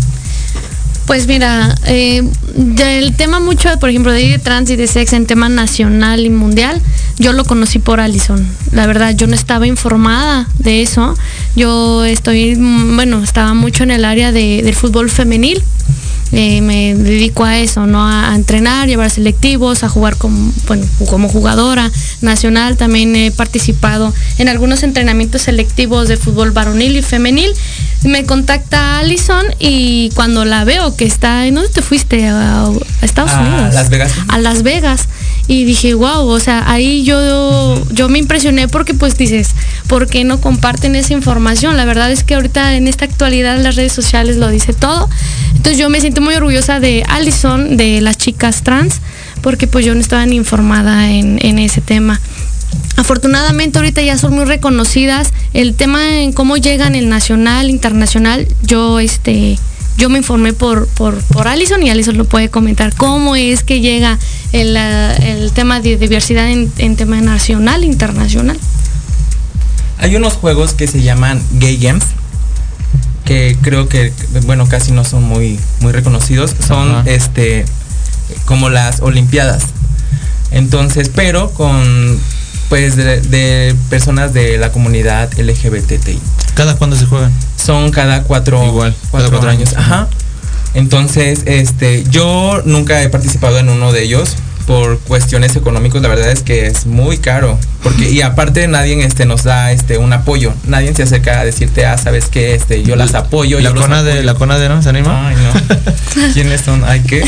Pues mira, eh, del tema mucho, por ejemplo, de trans y de sex en tema nacional y mundial, yo lo conocí por Alison. La verdad, yo no estaba informada de eso. Yo estoy, mm, bueno, estaba mucho en el área de, del fútbol femenil. Eh, me dedico a eso, ¿no? A, a entrenar, llevar selectivos, a jugar como, bueno, como jugadora nacional. También he participado en algunos entrenamientos selectivos de fútbol varonil y femenil. Me contacta Alison y cuando la veo que está, ¿en dónde te fuiste? A, a Estados A Unidos. Las Vegas. A Las Vegas. Y dije, wow, o sea, ahí yo, yo me impresioné porque pues dices, ¿por qué no comparten esa información? La verdad es que ahorita en esta actualidad las redes sociales lo dice todo. Entonces yo me siento muy orgullosa de Alison, de las chicas trans, porque pues yo no estaba ni informada en, en ese tema. Afortunadamente ahorita ya son muy reconocidas. El tema en cómo llegan el nacional, internacional, yo este yo me informé por, por, por Alison y Alison lo puede comentar. ¿Cómo es que llega el, uh, el tema de diversidad en, en tema nacional, internacional? Hay unos juegos que se llaman Gay Games, que creo que, bueno, casi no son muy, muy reconocidos, son Ajá. este como las Olimpiadas. Entonces, pero con pues de, de personas de la comunidad L G B T I. ¿Cada cuándo se juegan? Son cada cuatro, Igual, cuatro, cada cuatro años. años. Ajá. Entonces, este, yo nunca he participado en uno de ellos por cuestiones económicas. La verdad es que es muy caro, porque y aparte nadie este nos da este un apoyo. Nadie se acerca a decirte, ah, sabes qué, este, yo las apoyo. La yo CONADE, apoyo. la CONADE, ¿no? ¿Se anima? Ay, no. ¿Quiénes son? Ay, ¿qué?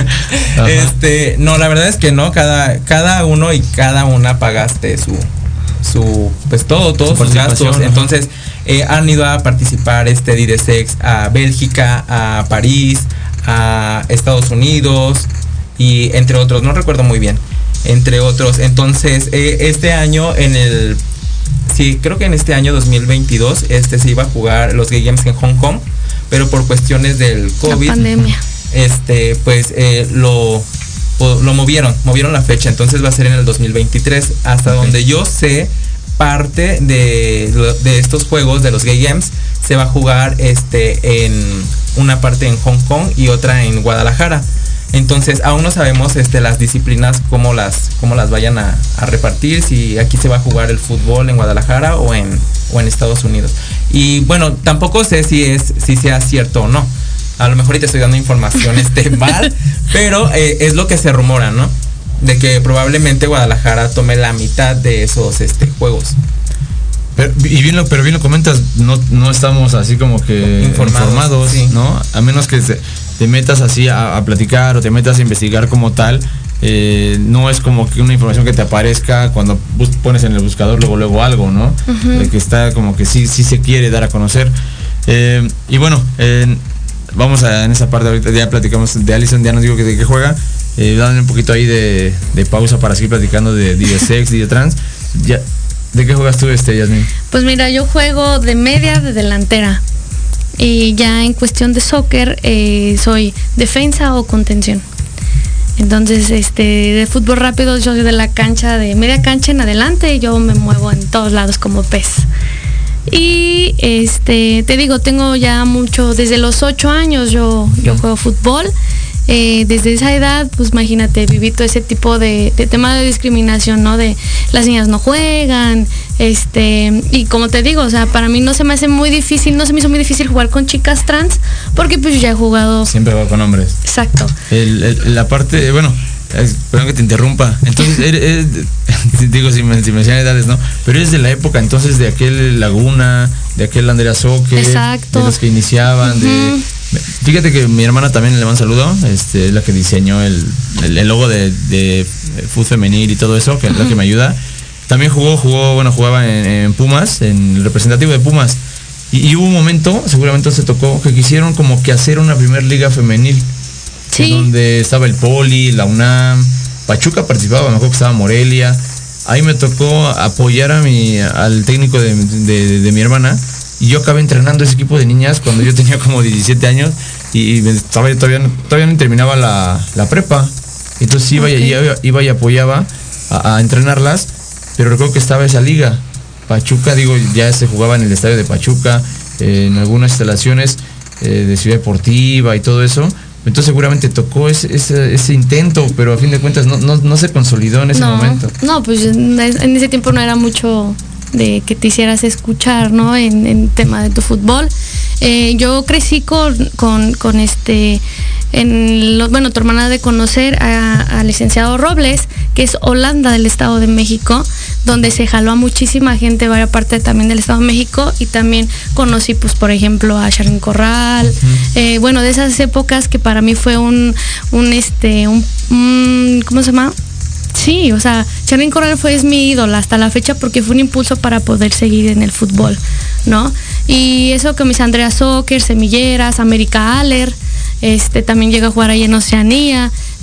este, no, la verdad es que no. Cada, cada uno y cada una pagaste su, su, pues todo, todos sus gastos. Ajá. Entonces, eh, han ido a participar este Didesex a Bélgica, a París, a Estados Unidos y entre otros, no recuerdo muy bien, entre otros. Entonces, eh, este año en el, sí, creo que en este año dos mil veintidós, este se iba a jugar los Gay Games en Hong Kong, pero por cuestiones del COVID, la pandemia, este, pues eh, lo, lo movieron, movieron la fecha. Entonces va a ser en el dos mil veintitrés, hasta okay. donde yo sé. Parte de, de estos juegos de los Gay Games se va a jugar este en una parte en Hong Kong y otra en Guadalajara. Entonces aún no sabemos este las disciplinas cómo las cómo las vayan a, a repartir, si aquí se va a jugar el fútbol en Guadalajara o en o en Estados Unidos. Y bueno, tampoco sé si es si sea cierto o no. A lo mejor ahorita estoy dando información este mal, pero eh, es lo que se rumora, ¿no? De que probablemente Guadalajara tome la mitad de esos este juegos. Pero, y bien lo, pero bien lo comentas, no, no estamos así como que informados, informados sí. ¿no? A menos que te, te metas así a, a platicar o te metas a investigar como tal, eh, no es como que una información que te aparezca cuando bus, pones en el buscador luego luego algo, ¿no? Uh-huh. De que está como que sí, sí se quiere dar a conocer. Eh, y bueno, eh, vamos a en esa parte ahorita ya platicamos de Allison, ya nos digo que de qué juega. Eh, dándole un poquito ahí de, de pausa para seguir platicando de Didesex, Didetrans. Ya, ¿de qué juegas tú, este, Yasmin? Pues mira, yo juego de media, de delantera. Y ya en cuestión de soccer, eh, soy defensa o contención. Entonces, este, de fútbol rápido, yo soy de la cancha, de media cancha en adelante, y yo me muevo en todos lados como pez. Y este, te digo, tengo ya mucho, desde los ocho años yo, yo juego fútbol. Eh, desde esa edad, pues imagínate, viví todo ese tipo de, de tema de discriminación, ¿no? De las niñas no juegan, este, y como te digo, o sea, para mí no se me hace muy difícil, no se me hizo muy difícil jugar con chicas trans, porque pues ya he jugado. Siempre he jugado con hombres. Exacto. El, el, la parte, bueno, perdón que te interrumpa, entonces, eres, eres, digo, si me, si me decían edades, ¿no? Pero eres de la época entonces de aquel Laguna, de aquel Andrea Soccer, Exacto. de los que iniciaban, uh-huh. de... Fíjate que mi hermana también le manda un saludo, este, es la que diseñó el, el, el logo de, de fútbol femenil y todo eso, que es la que me ayuda. También jugó, jugó, bueno, jugaba en, en Pumas, en el representativo de Pumas. Y, y hubo un momento, seguramente se tocó, que quisieron como que hacer una primer liga femenil. Sí. Donde estaba el Poli, la UNAM, Pachuca participaba, me acuerdo que estaba Morelia. Ahí me tocó apoyar a mi, al técnico de, de, de, de mi hermana. Y yo acabé entrenando ese equipo de niñas cuando yo tenía como diecisiete años y estaba, todavía, todavía no terminaba la, la prepa. Entonces iba, okay. y, iba, iba y apoyaba a, a entrenarlas, pero recuerdo que estaba esa liga. Pachuca, digo, ya se jugaba en el estadio de Pachuca, eh, en algunas instalaciones eh, de Ciudad Deportiva y todo eso. Entonces seguramente tocó ese, ese, ese intento, pero a fin de cuentas no, no, no se consolidó en ese no, momento. No, pues en ese tiempo no era mucho de que te hicieras escuchar, ¿no? En, en tema de tu fútbol. Eh, yo crecí con, con, con este, en lo, bueno, tu hermana de conocer al licenciado Robles, que es Holanda del Estado de México, donde se jaló a muchísima gente, varias partes también del Estado de México, y también conocí, pues, por ejemplo, a Sharon Corral, uh-huh. eh, bueno, de esas épocas que para mí fue un, un este, un, un ¿cómo se llama? Sí, o sea, Sharon Corral fue es mi ídola hasta la fecha porque fue un impulso para poder seguir en el fútbol, ¿no? Y eso que mis Andrea Soccer, Semilleras, América Aller, este, también llega a jugar ahí en Oceanía,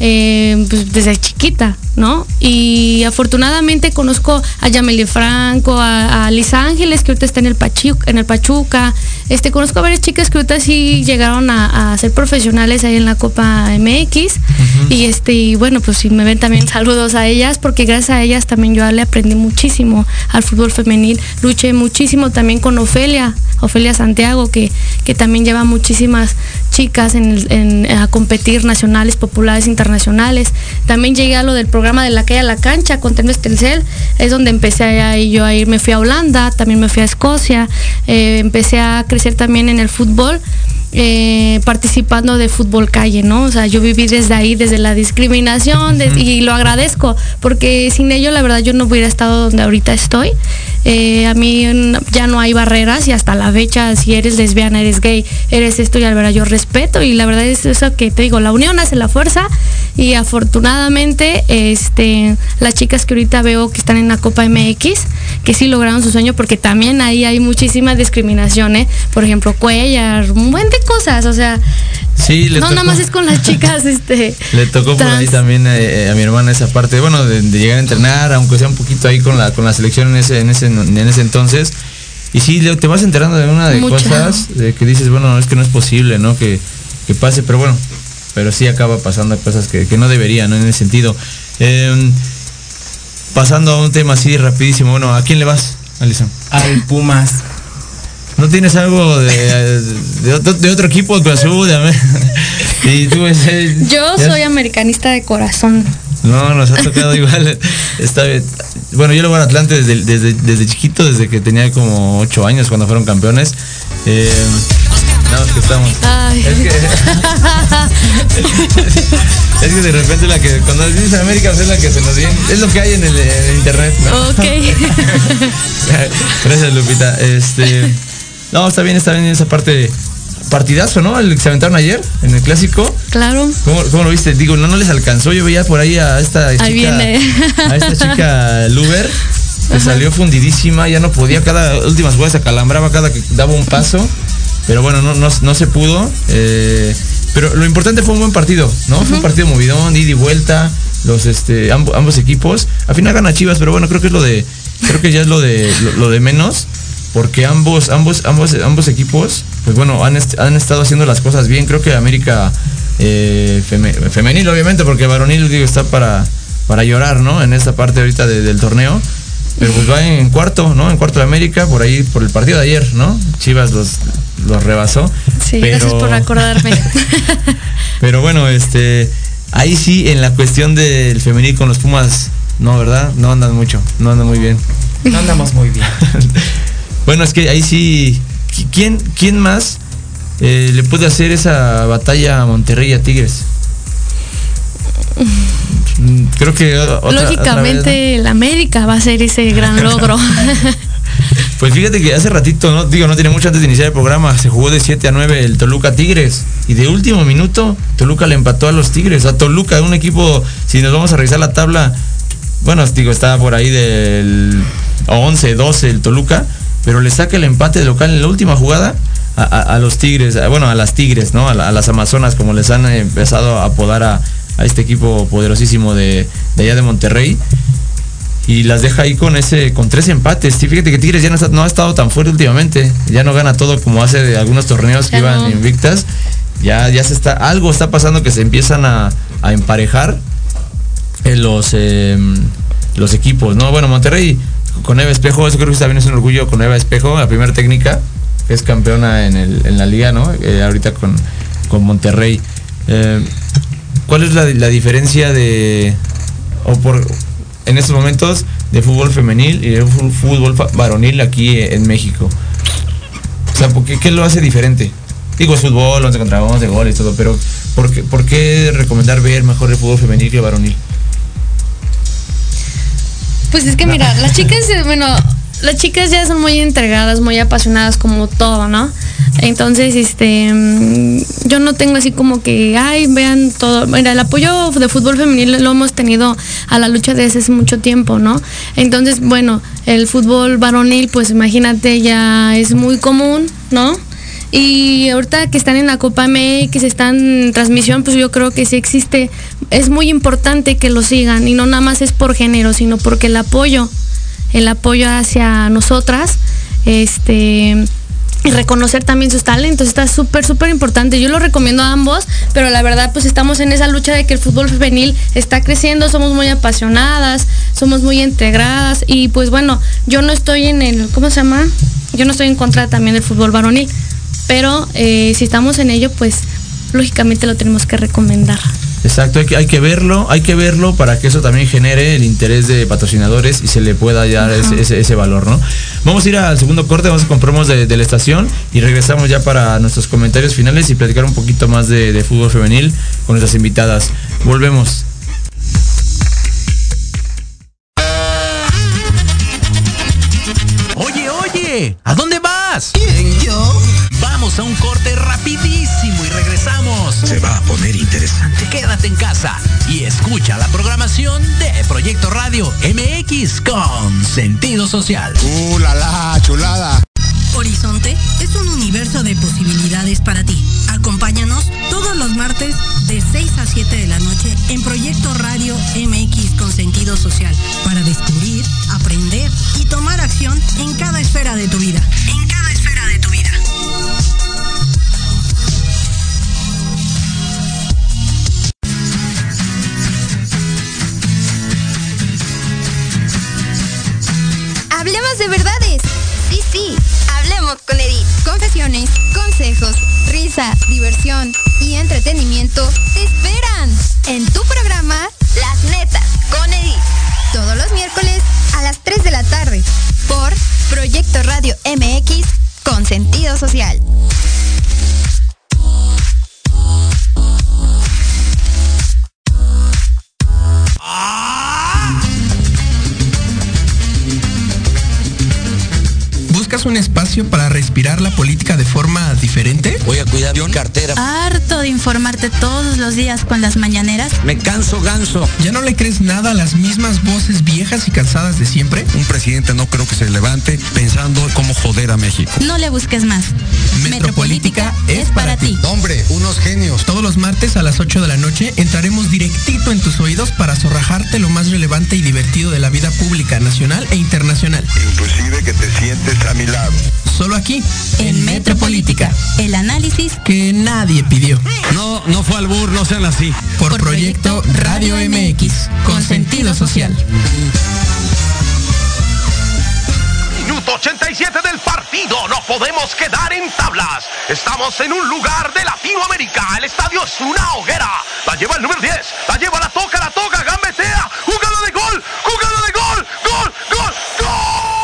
eh, pues desde chiquita, ¿no? Y afortunadamente conozco a Yameli Franco, a, a Lisa Ángeles, que ahorita está en el Pachuca, en el Pachuca. Este, conozco a varias chicas que ahorita sí llegaron a, a ser profesionales ahí en la Copa M X. Uh-huh. Y este, y bueno, pues si me ven también saludos a ellas, porque gracias a ellas también yo le aprendí muchísimo al fútbol femenil. Luché muchísimo también con Ofelia, Ofelia Santiago, que, que también lleva muchísimas chicas en, en, a competir nacionales, populares, internacionales. También llegué a lo del programa de La Calle a la Cancha con Tennis Telcel, es donde empecé a, yo a ir, me fui a Holanda, también me fui a Escocia, eh, empecé a crecer también en el fútbol. Eh, participando de fútbol calle, ¿no? O sea, yo viví desde ahí, desde la discriminación, de, y lo agradezco, porque sin ello la verdad yo no hubiera estado donde ahorita estoy. Eh, a mí ya no hay barreras y hasta la fecha, si eres lesbiana, eres gay, eres esto, y la verdad yo respeto, y la verdad es eso que te digo, la unión hace la fuerza, y afortunadamente este, las chicas que ahorita veo que están en la Copa M X, que sí lograron su sueño, porque también ahí hay muchísima discriminación, ¿eh? Por ejemplo, Cuellar, un buen de cosas, o sea, sí, le no tocó, nada más es con las chicas, este, le tocó trans. Por ahí también eh, a mi hermana esa parte, bueno, de, de llegar a entrenar, aunque sea un poquito ahí con la con la selección en ese en ese en ese entonces, y sí, te vas enterando de una de Mucha. cosas de que dices, bueno, es que no es posible, ¿no? Que, que pase, pero bueno, pero sí acaba pasando cosas que, que no deberían, ¿no? En ese sentido. Eh, pasando a un tema así rapidísimo, bueno, ¿a quién le vas, Alison? Al Pumas. ¿No tienes algo de, de, otro, de otro equipo, de Azul? Y tú ese, yo ¿ya? soy americanista de corazón. No, nos ha tocado igual. Está bien. Bueno, yo le voy a Atlante desde, desde, desde chiquito, desde que tenía como ocho años cuando fueron campeones. Eh, no, es que estamos. Ay. Es que, es que de repente la que cuando dices América es la que se nos viene. Es lo que hay en el, en el internet, ¿no? Ok. Gracias, Lupita. Este. No, está bien, está bien esa parte. Partidazo, ¿no? El que se aventaron ayer en el clásico. Claro. ¿Cómo, cómo lo viste? Digo, no, no les alcanzó. Yo veía por ahí a esta chica. Ahí viene. A esta chica Luber, que Ajá. salió fundidísima, ya no podía, cada últimas jugadas se acalambraba cada que daba un paso. Pero bueno, no, no, no se pudo. Eh, pero lo importante fue un buen partido, ¿no? Uh-huh. Fue un partido movidón, ida y vuelta. Los este, ambos, ambos equipos. Al final gana Chivas, pero bueno, creo que es lo de. Creo que ya es lo de lo, lo de menos. Porque ambos, ambos, ambos, ambos equipos, pues bueno, han, est- han estado haciendo las cosas bien. Creo que América eh, feme- femenil, obviamente, porque varonil, digo, está para, para llorar, ¿no? En esta parte ahorita de, del torneo. Pero pues va en cuarto, ¿no? En cuarto de América, por ahí, por el partido de ayer, ¿no? Chivas los, los rebasó. Sí, pero... gracias por acordarme. Pero bueno, este, ahí sí, en la cuestión del femenil con los Pumas, no, ¿verdad? No andan mucho, no andan muy bien. No andamos muy bien. Bueno, es que ahí sí, ¿quién, quién más eh, le puede hacer esa batalla a Monterrey y a Tigres? Creo que otra, lógicamente otra vez, ¿no? el América va a ser ese gran logro. Pues fíjate que hace ratito, no digo, no tiene mucho antes de iniciar el programa, se jugó de siete a nueve el Toluca Tigres, y de último minuto Toluca le empató a los Tigres. A Toluca, un equipo, si nos vamos a revisar la tabla, bueno, digo, está por ahí del once, doce el Toluca, pero le saca el empate de local en la última jugada a, a, a los Tigres, a, bueno, a las Tigres, ¿no? A, la, a las Amazonas, como les han empezado a apodar a, a este equipo poderosísimo de, de allá de Monterrey. Y las deja ahí con ese, con tres empates. Sí, fíjate que Tigres ya no, está, no ha estado tan fuerte últimamente. Ya no gana todo como hace de algunos torneos que ya iban no. invictas. Ya, ya se está, algo está pasando que se empiezan a, a emparejar en los, eh, los equipos, ¿no? Bueno, Monterrey con Eva Espejo, eso creo que también es un orgullo con Eva Espejo, la primera técnica, que es campeona en, el, en la liga, ¿no? Eh, ahorita con, con Monterrey. Eh, ¿Cuál es la, la diferencia de, o por, en estos momentos, de fútbol femenil y de fútbol varonil aquí en México? O sea, ¿por qué, qué lo hace diferente? Digo, es fútbol, once contra once, goles, todo, pero ¿por qué, ¿por qué recomendar ver mejor el fútbol femenil que el varonil? Pues es que mira, las chicas, bueno, las chicas ya son muy entregadas, muy apasionadas como todo, ¿no? Entonces, este, yo no tengo así como que, ay, vean todo. Mira, el apoyo de fútbol femenil lo hemos tenido a la lucha desde hace mucho tiempo, ¿no? Entonces, bueno, el fútbol varonil, pues imagínate, ya es muy común, ¿no? Y ahorita que están en la Copa M X, están en transmisión, pues yo creo que sí existe, es muy importante que lo sigan, y no nada más es por género, sino porque el apoyo, el apoyo hacia nosotras, este, y reconocer también sus talentos, está súper, súper importante. Yo lo recomiendo a ambos, pero la verdad pues estamos en esa lucha de que el fútbol femenil está creciendo, somos muy apasionadas, somos muy integradas, y pues bueno, yo no estoy en el, ¿cómo se llama? Yo no estoy en contra también del fútbol varonil, pero eh, si estamos en ello, pues lógicamente lo tenemos que recomendar. Exacto, hay que, hay que verlo, hay que verlo para que eso también genere el interés de patrocinadores y se le pueda dar ese, ese, ese valor, ¿no? Vamos a ir al segundo corte, vamos a comprarnos de, de la estación y regresamos ya para nuestros comentarios finales y platicar un poquito más de, de fútbol femenil con nuestras invitadas. Volvemos. Oye, oye, ¿a dónde vas? ¿Quién, yo? Vamos a un corte rapidísimo y regresamos. Se va a poner interesante. Quédate en casa y escucha la programación de Proyecto Radio M X con sentido social. ¡Uh, la, la chulada! Horizonte es un universo de posibilidades para ti. Acompáñanos todos los martes de seis a siete de la noche en Proyecto Radio M X con sentido social para descubrir, aprender y tomar acción en cada esfera de tu vida. En cada esfera de tu vida. Hablemos de verdades. Sí, sí, hablemos con Edith. Confesiones, consejos, risa, diversión y entretenimiento te esperan en tu programa Las Netas con Edith. Todos los miércoles a las tres de la tarde por Proyecto Radio M X con sentido social. ¿Buscas un espacio para respirar la política de forma diferente? Voy a cuidar mi cartera. ¿Harto de informarte todos los días con las mañaneras? Me canso ganso. ¿Ya no le crees nada a las mismas voces viejas y cansadas de siempre? Un presidente no creo que se levante pensando cómo joder a México. No le busques más. Metropolítica es para ti. Hombre, unos genios. Todos los martes a las ocho de la noche entraremos directito en tus oídos para zorrajarte lo más relevante y divertido de la vida pública nacional e internacional. Inclusive que te sientes a mi lado. Solo aquí, en Metropolítica, el análisis que nadie pidió. No, no fue albur, no sean así. Por, Por Proyecto Radio M X, con sentido social. Minuto ochenta y siete del partido, no podemos quedar en tablas. Estamos en un lugar de Latinoamérica, el estadio es una hoguera. La lleva el número diez, la lleva, la toca, la toca, gambetea, jugada de gol, jugada de gol, gol, gol, gol.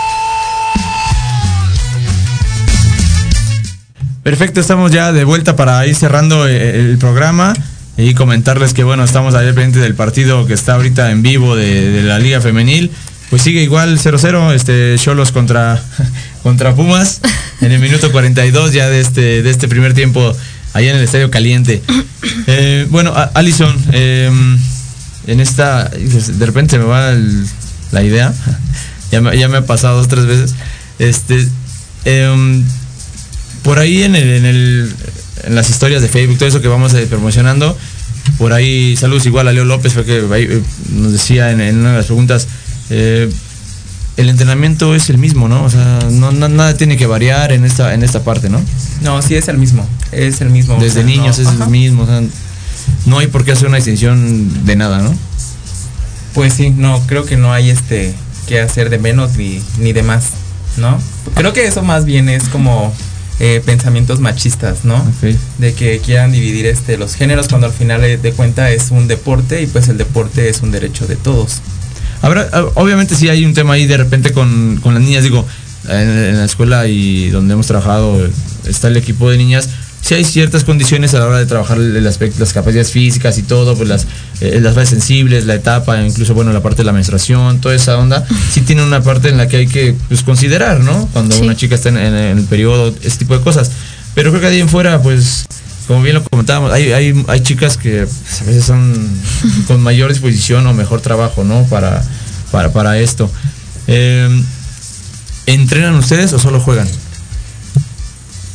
Perfecto, estamos ya de vuelta para ir cerrando el programa y comentarles que bueno, estamos ahí pendiente del partido que está ahorita en vivo de, de la Liga Femenil. Pues sigue igual cero cero, este Xolos contra, contra Pumas en el minuto cuarenta y dos ya de este, de este primer tiempo allá en el Estadio Caliente. Eh, bueno, Alison, eh, en esta, de repente me va el, la idea, ya me, ya me ha pasado dos o tres veces, este, eh, por ahí en, el, en, el, en las historias de Facebook, todo eso que vamos eh, promocionando, por ahí, saludos igual a Leo López, fue que ahí, eh, nos decía en, en una de las preguntas, eh, el entrenamiento es el mismo, ¿no? O sea, no, no, nada tiene que variar en esta, en esta parte, ¿no? No, sí es el mismo, es el mismo. Desde o sea, niños no, es ajá. el mismo, o sea, no hay por qué hacer una distinción de nada, ¿no? Pues sí, no, creo que no hay este que hacer de menos ni, ni de más, ¿no? Creo que eso más bien es como eh, pensamientos machistas, ¿no? Okay. De que quieran dividir este los géneros cuando al final de cuenta es un deporte y pues el deporte es un derecho de todos. Habrá, obviamente sí hay un tema ahí de repente con, con las niñas, digo, en, en la escuela y donde hemos trabajado está el equipo de niñas, sí hay ciertas condiciones a la hora de trabajar el aspecto, las capacidades físicas y todo, pues las, eh, las fases sensibles, la etapa, incluso bueno la parte de la menstruación, toda esa onda, sí tiene una parte en la que hay que pues, considerar, ¿no? Cuando sí. una chica está en, en, en el periodo, ese tipo de cosas. Pero creo que de ahí en fuera, pues, como bien lo comentábamos, hay, hay, hay chicas que pues, a veces son con mayor disposición o mejor trabajo, ¿no? Para, para, para esto. Eh, ¿Entrenan ustedes o solo juegan?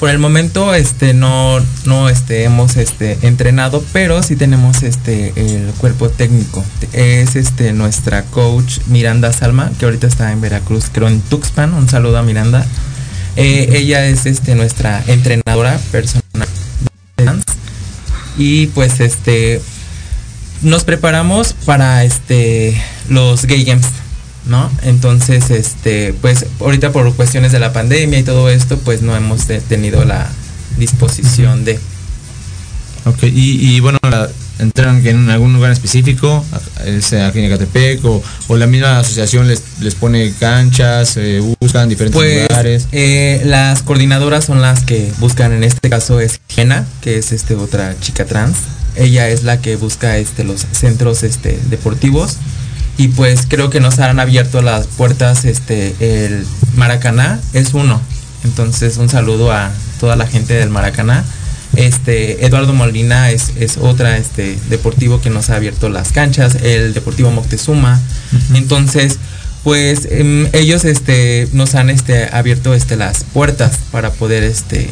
Por el momento, este, no, no, este, hemos, este, entrenado, pero sí tenemos, este, el cuerpo técnico. Es, este, nuestra coach Miranda Salma, que ahorita está en Veracruz, creo en Tuxpan. Un saludo a Miranda. Eh, ella es, este, nuestra entrenadora personal de dance. Y pues, este, nos preparamos para, este, los Gay Games, ¿no? Entonces, este, pues ahorita por cuestiones de la pandemia y todo esto, pues no hemos de, tenido la disposición de. Ok, y, y bueno, la, ¿entrenan en algún lugar específico? ¿Sea aquí en Ecatepec? O, o la misma asociación les, les pone canchas, eh, buscan diferentes pues, lugares? Eh, las coordinadoras son las que buscan, en este caso es Jena, que es este otra chica trans. Ella es la que busca este los centros este deportivos. Y pues creo que nos han abierto las puertas, este, el Maracaná es uno. Entonces un saludo a toda la gente del Maracaná. Este, Eduardo Molina es, es otra, este, deportivo que nos ha abierto las canchas, el Deportivo Moctezuma. Uh-huh. Entonces, pues, eh, ellos, este, nos han, este, abierto, este, las puertas para poder, este,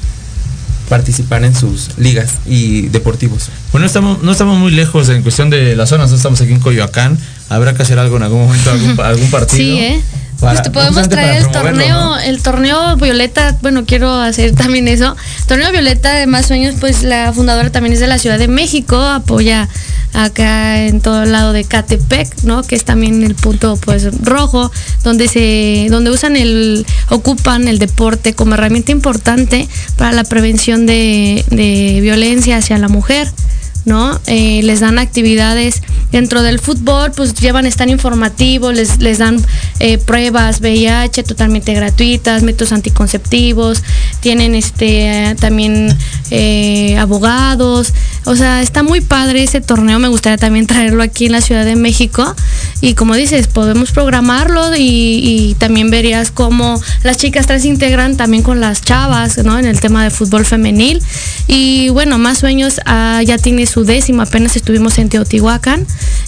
participar en sus ligas y deportivos. Bueno, estamos, no estamos muy lejos en cuestión de las zonas, no estamos aquí en Coyoacán. Habrá que hacer algo en algún momento, algún, algún partido. Sí, ¿eh? Para, pues te podemos traer el torneo, ¿no? El torneo Violeta, bueno, quiero hacer también eso. Torneo Violeta de Más Sueños, pues la fundadora también es de la Ciudad de México, apoya acá en todo el lado de Catepec, ¿no? Que es también el punto pues rojo, donde se, donde usan el, ocupan el deporte como herramienta importante para la prevención de, de violencia hacia la mujer, ¿no? Eh, les dan actividades dentro del fútbol, pues llevan están informativos, les, les dan eh, pruebas V I H totalmente gratuitas, métodos anticonceptivos, tienen este también eh, abogados, o sea, está muy padre ese torneo, me gustaría también traerlo aquí en la Ciudad de México y como dices, podemos programarlo y, y también verías cómo las chicas trans se integran también con las chavas, ¿no? En el tema de fútbol femenil y bueno, Más Sueños ah, ya tiene su décimo, apenas estuvimos en Teotihuacán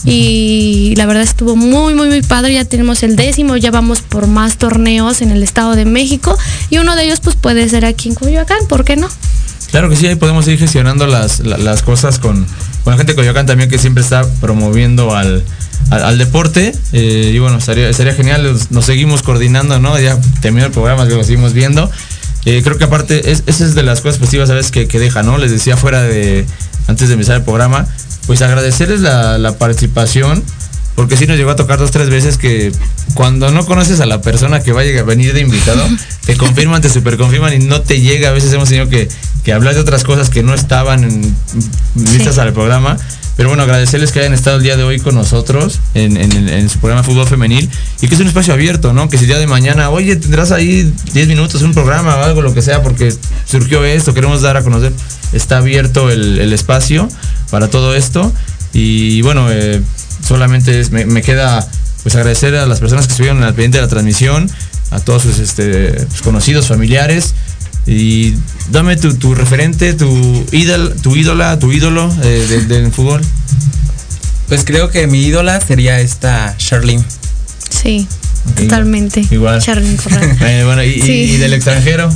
y la verdad estuvo muy muy muy padre, ya tenemos el décimo, ya vamos por más torneos en el Estado de México y uno de ellos pues puede ser aquí en Coyoacán, ¿por qué no? Claro que sí, ahí podemos ir gestionando las, las, las cosas con, con la gente de Coyoacán también que siempre está promoviendo al, al, al deporte eh, y bueno, estaría, estaría genial, nos, nos seguimos coordinando, ¿no? Ya terminó el programa, lo seguimos viendo. Eh, creo que aparte, es, esa es de las cosas positivas, ¿sabes? Que, que deja, ¿no? Les decía fuera de, antes de empezar el programa, pues agradecerles la, la participación, porque sí nos llegó a tocar dos, tres veces que cuando no conoces a la persona que va a venir de invitado, te confirman, te superconfirman y no te llega. A veces hemos tenido que, que hablar de otras cosas que no estaban en, vistas sí. al programa. Pero bueno, agradecerles que hayan estado el día de hoy con nosotros en, en, en su programa Fútbol Femenil y que es un espacio abierto, ¿no? Que si el día de mañana, oye, tendrás ahí diez minutos, un programa o algo, lo que sea, porque surgió esto, queremos dar a conocer, está abierto el, el espacio para todo esto. Y bueno, eh, solamente es, me, me queda pues agradecer a las personas que estuvieron al pendiente de la transmisión, a todos sus este, conocidos, familiares. Y dame tu, tu referente, tu ídol, tu ídola, tu ídolo eh, del, del fútbol. Pues creo que mi ídola sería esta Charlene. Sí, okay, totalmente. Igual. Charlene Corral. eh, bueno, y, sí. y, y del extranjero.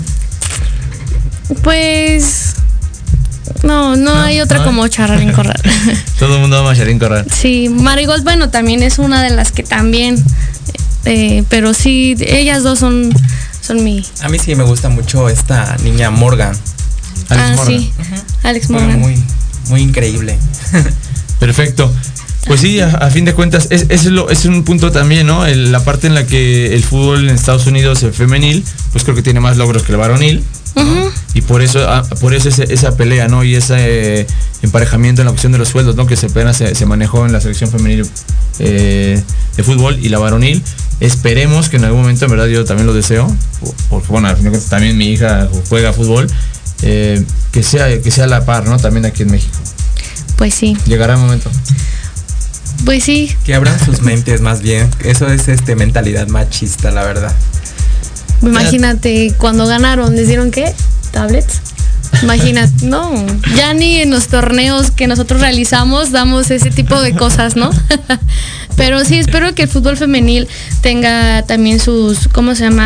Pues no, no, no hay otra no. como Charlene Corral. Todo el mundo ama a Charlene Corral. Sí, Marigold, bueno, también es una de las que también, eh, pero sí, ellas dos son Son mi... A mí sí me gusta mucho esta niña Morgan. Alex ah, Morgan. sí. Uh-huh. Alex Morgan. Muy, muy increíble. Perfecto. Pues sí, a, a fin de cuentas, es, es, lo, es un punto también, ¿no? El, la parte en la que el fútbol en Estados Unidos, el femenil, pues creo que tiene más logros que el varonil. ¿no? Uh-huh. Y por eso, a, por eso ese, esa pelea, ¿no? Y ese eh, emparejamiento en la cuestión de los sueldos, ¿no? Que se, apenas se, se manejó en la selección femenil eh, de fútbol y la varonil. Esperemos que en algún momento, en verdad yo también lo deseo, porque bueno, al fin de cuentas también mi hija juega fútbol, eh, que sea que sea la par, ¿no? También aquí en México. Pues sí. Llegará el momento. Pues sí. Que abran sus mentes más bien. Eso es este mentalidad machista, la verdad. Imagínate, cuando ganaron, ¿les dieron qué? ¿Tablets? Imagínate, no, ya ni en los torneos que nosotros realizamos damos ese tipo de cosas, ¿no? Pero sí, espero que el fútbol femenil tenga también sus, ¿cómo se llama?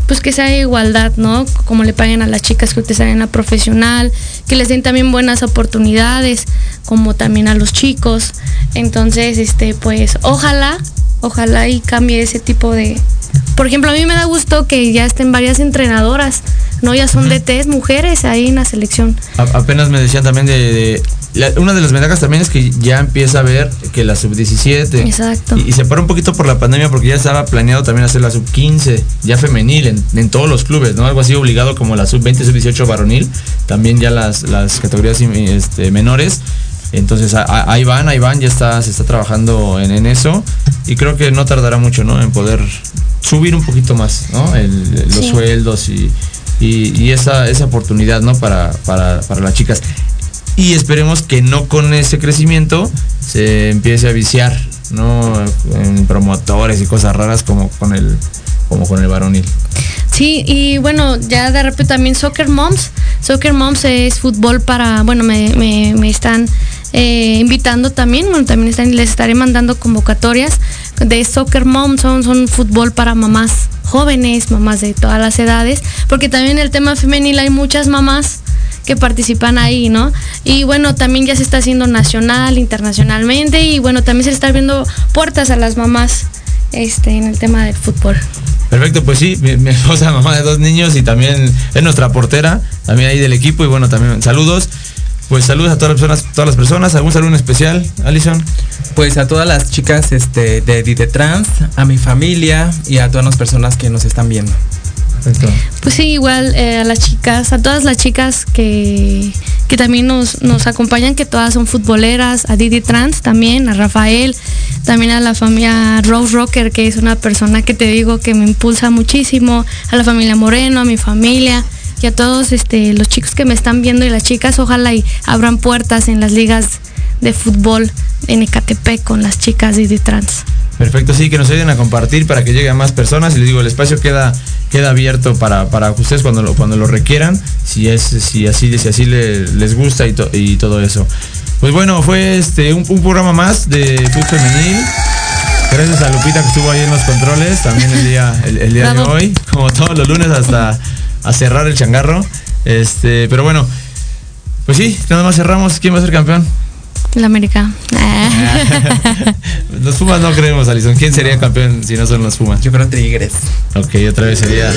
pues que sea igualdad, ¿no? Como le paguen a las chicas que ustedes en la profesional, que les den también buenas oportunidades, como también a los chicos. Entonces, este, pues, ojalá, ojalá y cambie ese tipo de... Por ejemplo, a mí me da gusto que ya estén varias entrenadoras, ¿no? Ya son D Ts mujeres ahí en la selección. A- apenas me decían también de... de la- una de las ventajas también es que ya empieza a ver que la sub diecisiete. Exacto. Y, y se paró un poquito por la pandemia porque ya estaba planeado también hacer la sub quince, ya femenil en, en todos los clubes, ¿no? Algo así obligado como la sub veinte, sub dieciocho varonil, también ya las, las categorías este, menores. Entonces a- a- ahí van, ahí van, ya está, se está trabajando en, en eso y creo que no tardará mucho, ¿no? En poder subir un poquito más, ¿no? El- los Sí. sueldos y, y, y esa, esa oportunidad, ¿no? Para, para, para las chicas. Y esperemos que no con ese crecimiento se empiece a viciar, ¿no? En promotores y cosas raras como con el, como con el varonil. Sí, y bueno, ya de repente también Soccer Moms. Soccer Moms es fútbol para, bueno, me, me, me están eh, invitando también, bueno, también están, les estaré mandando convocatorias de Soccer Moms, son, son fútbol para mamás jóvenes, mamás de todas las edades, porque también en el tema femenil hay muchas mamás que participan ahí, ¿no? Y bueno, también ya se está haciendo nacional, internacionalmente, y bueno, también se está abriendo puertas a las mamás este, en el tema del fútbol. Perfecto, pues sí, mi, mi esposa, mamá de dos niños y también es nuestra portera, también ahí del equipo y bueno, también saludos. Pues saludos a todas las personas, todas las personas, algún saludo en especial, Alison. Pues a todas las chicas este, de Dide Trans, a mi familia y a todas las personas que nos están viendo. Perfecto. Pues sí, igual eh, a las chicas, a todas las chicas que, que también nos, nos acompañan, que todas son futboleras, a Didi Trans también, a Rafael, también a la familia Rose Rocker, que es una persona que te digo que me impulsa muchísimo, a la familia Moreno, a mi familia y a todos este, los chicos que me están viendo y las chicas, ojalá y abran puertas en las ligas de fútbol en Ecatepec con las chicas Didi Trans. Perfecto, sí, que nos ayuden a compartir para que llegue a más personas. Y les digo, el espacio queda, queda abierto para, para ustedes cuando lo, cuando lo requieran, si es, si así, si así le- les gusta y, to- y todo eso. Pues bueno, fue este un, un programa más de Fútbol Femenil. Gracias a Lupita que estuvo ahí en los controles también el día, el, el día de Bravo. hoy, como todos los lunes hasta a cerrar el changarro. Este, pero bueno, pues sí, nada más cerramos. ¿Quién va a ser campeón? La América. Los Pumas no creemos, Alison. ¿Quién sería campeón si no son los Pumas? Yo creo Tigres. Ok, otra vez sería.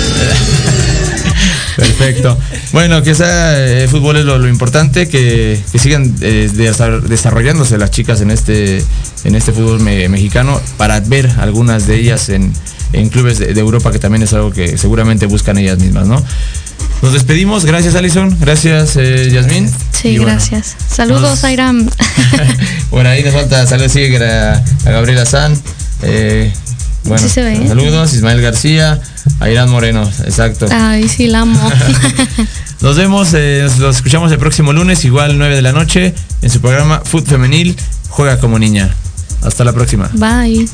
Perfecto. Bueno, que sea eh, fútbol es lo, lo importante, que, que sigan eh, desa- desarrollándose las chicas en este en este fútbol me- mexicano para ver algunas de ellas en, en clubes de, de Europa, que también es algo que seguramente buscan ellas mismas, ¿no? Nos despedimos. Gracias, Alison. Gracias, eh, Yasmín. Sí, Y bueno, gracias. Saludos, nos- Airam. Bueno, ahí nos falta saludos sí, a, a Gabriela San. Eh, bueno, Sí se ve, ¿eh? saludos, Ismael García, a Irán Moreno, exacto. Ay, sí, la amo. Nos vemos, eh, nos los escuchamos el próximo lunes, igual nueve de la noche, en su programa Food Femenil, Juega como Niña. Hasta la próxima. Bye.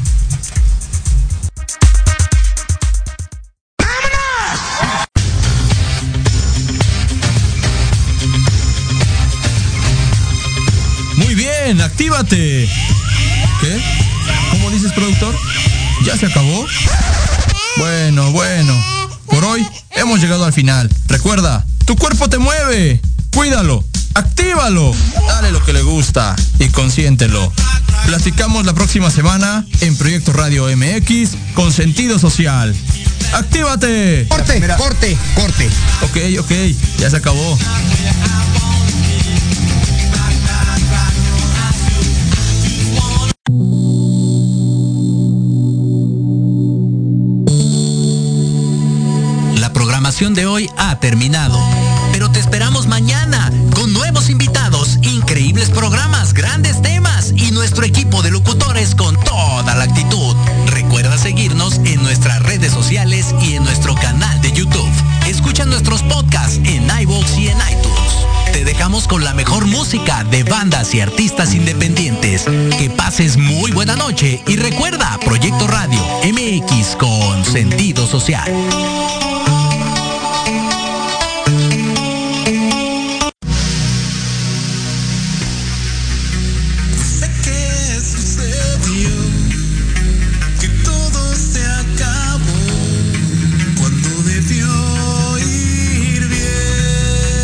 Muy bien, actívate. ¿Qué? ¿Cómo dices, productor? ¿Ya se acabó? Bueno, bueno. Por hoy hemos llegado al final. Recuerda, tu cuerpo te mueve. Cuídalo, actívalo. Dale lo que le gusta y consiéntelo. Platicamos la próxima semana en Proyecto Radio M X con sentido social. ¡Actívate! Corte, corte, corte. Ok, ok, ya se acabó. La programación de hoy ha terminado, pero te esperamos mañana con nuevos invitados, increíbles programas, grandes temas y nuestro equipo de locutores con toda la actitud. Recuerda seguirnos en nuestras redes sociales y en nuestro canal de YouTube. Escucha nuestros podcasts en iVoox y en iTunes. Te dejamos con la mejor música de bandas y artistas independientes. Que pases muy buena noche y recuerda, Proyecto Radio M X con sentido social.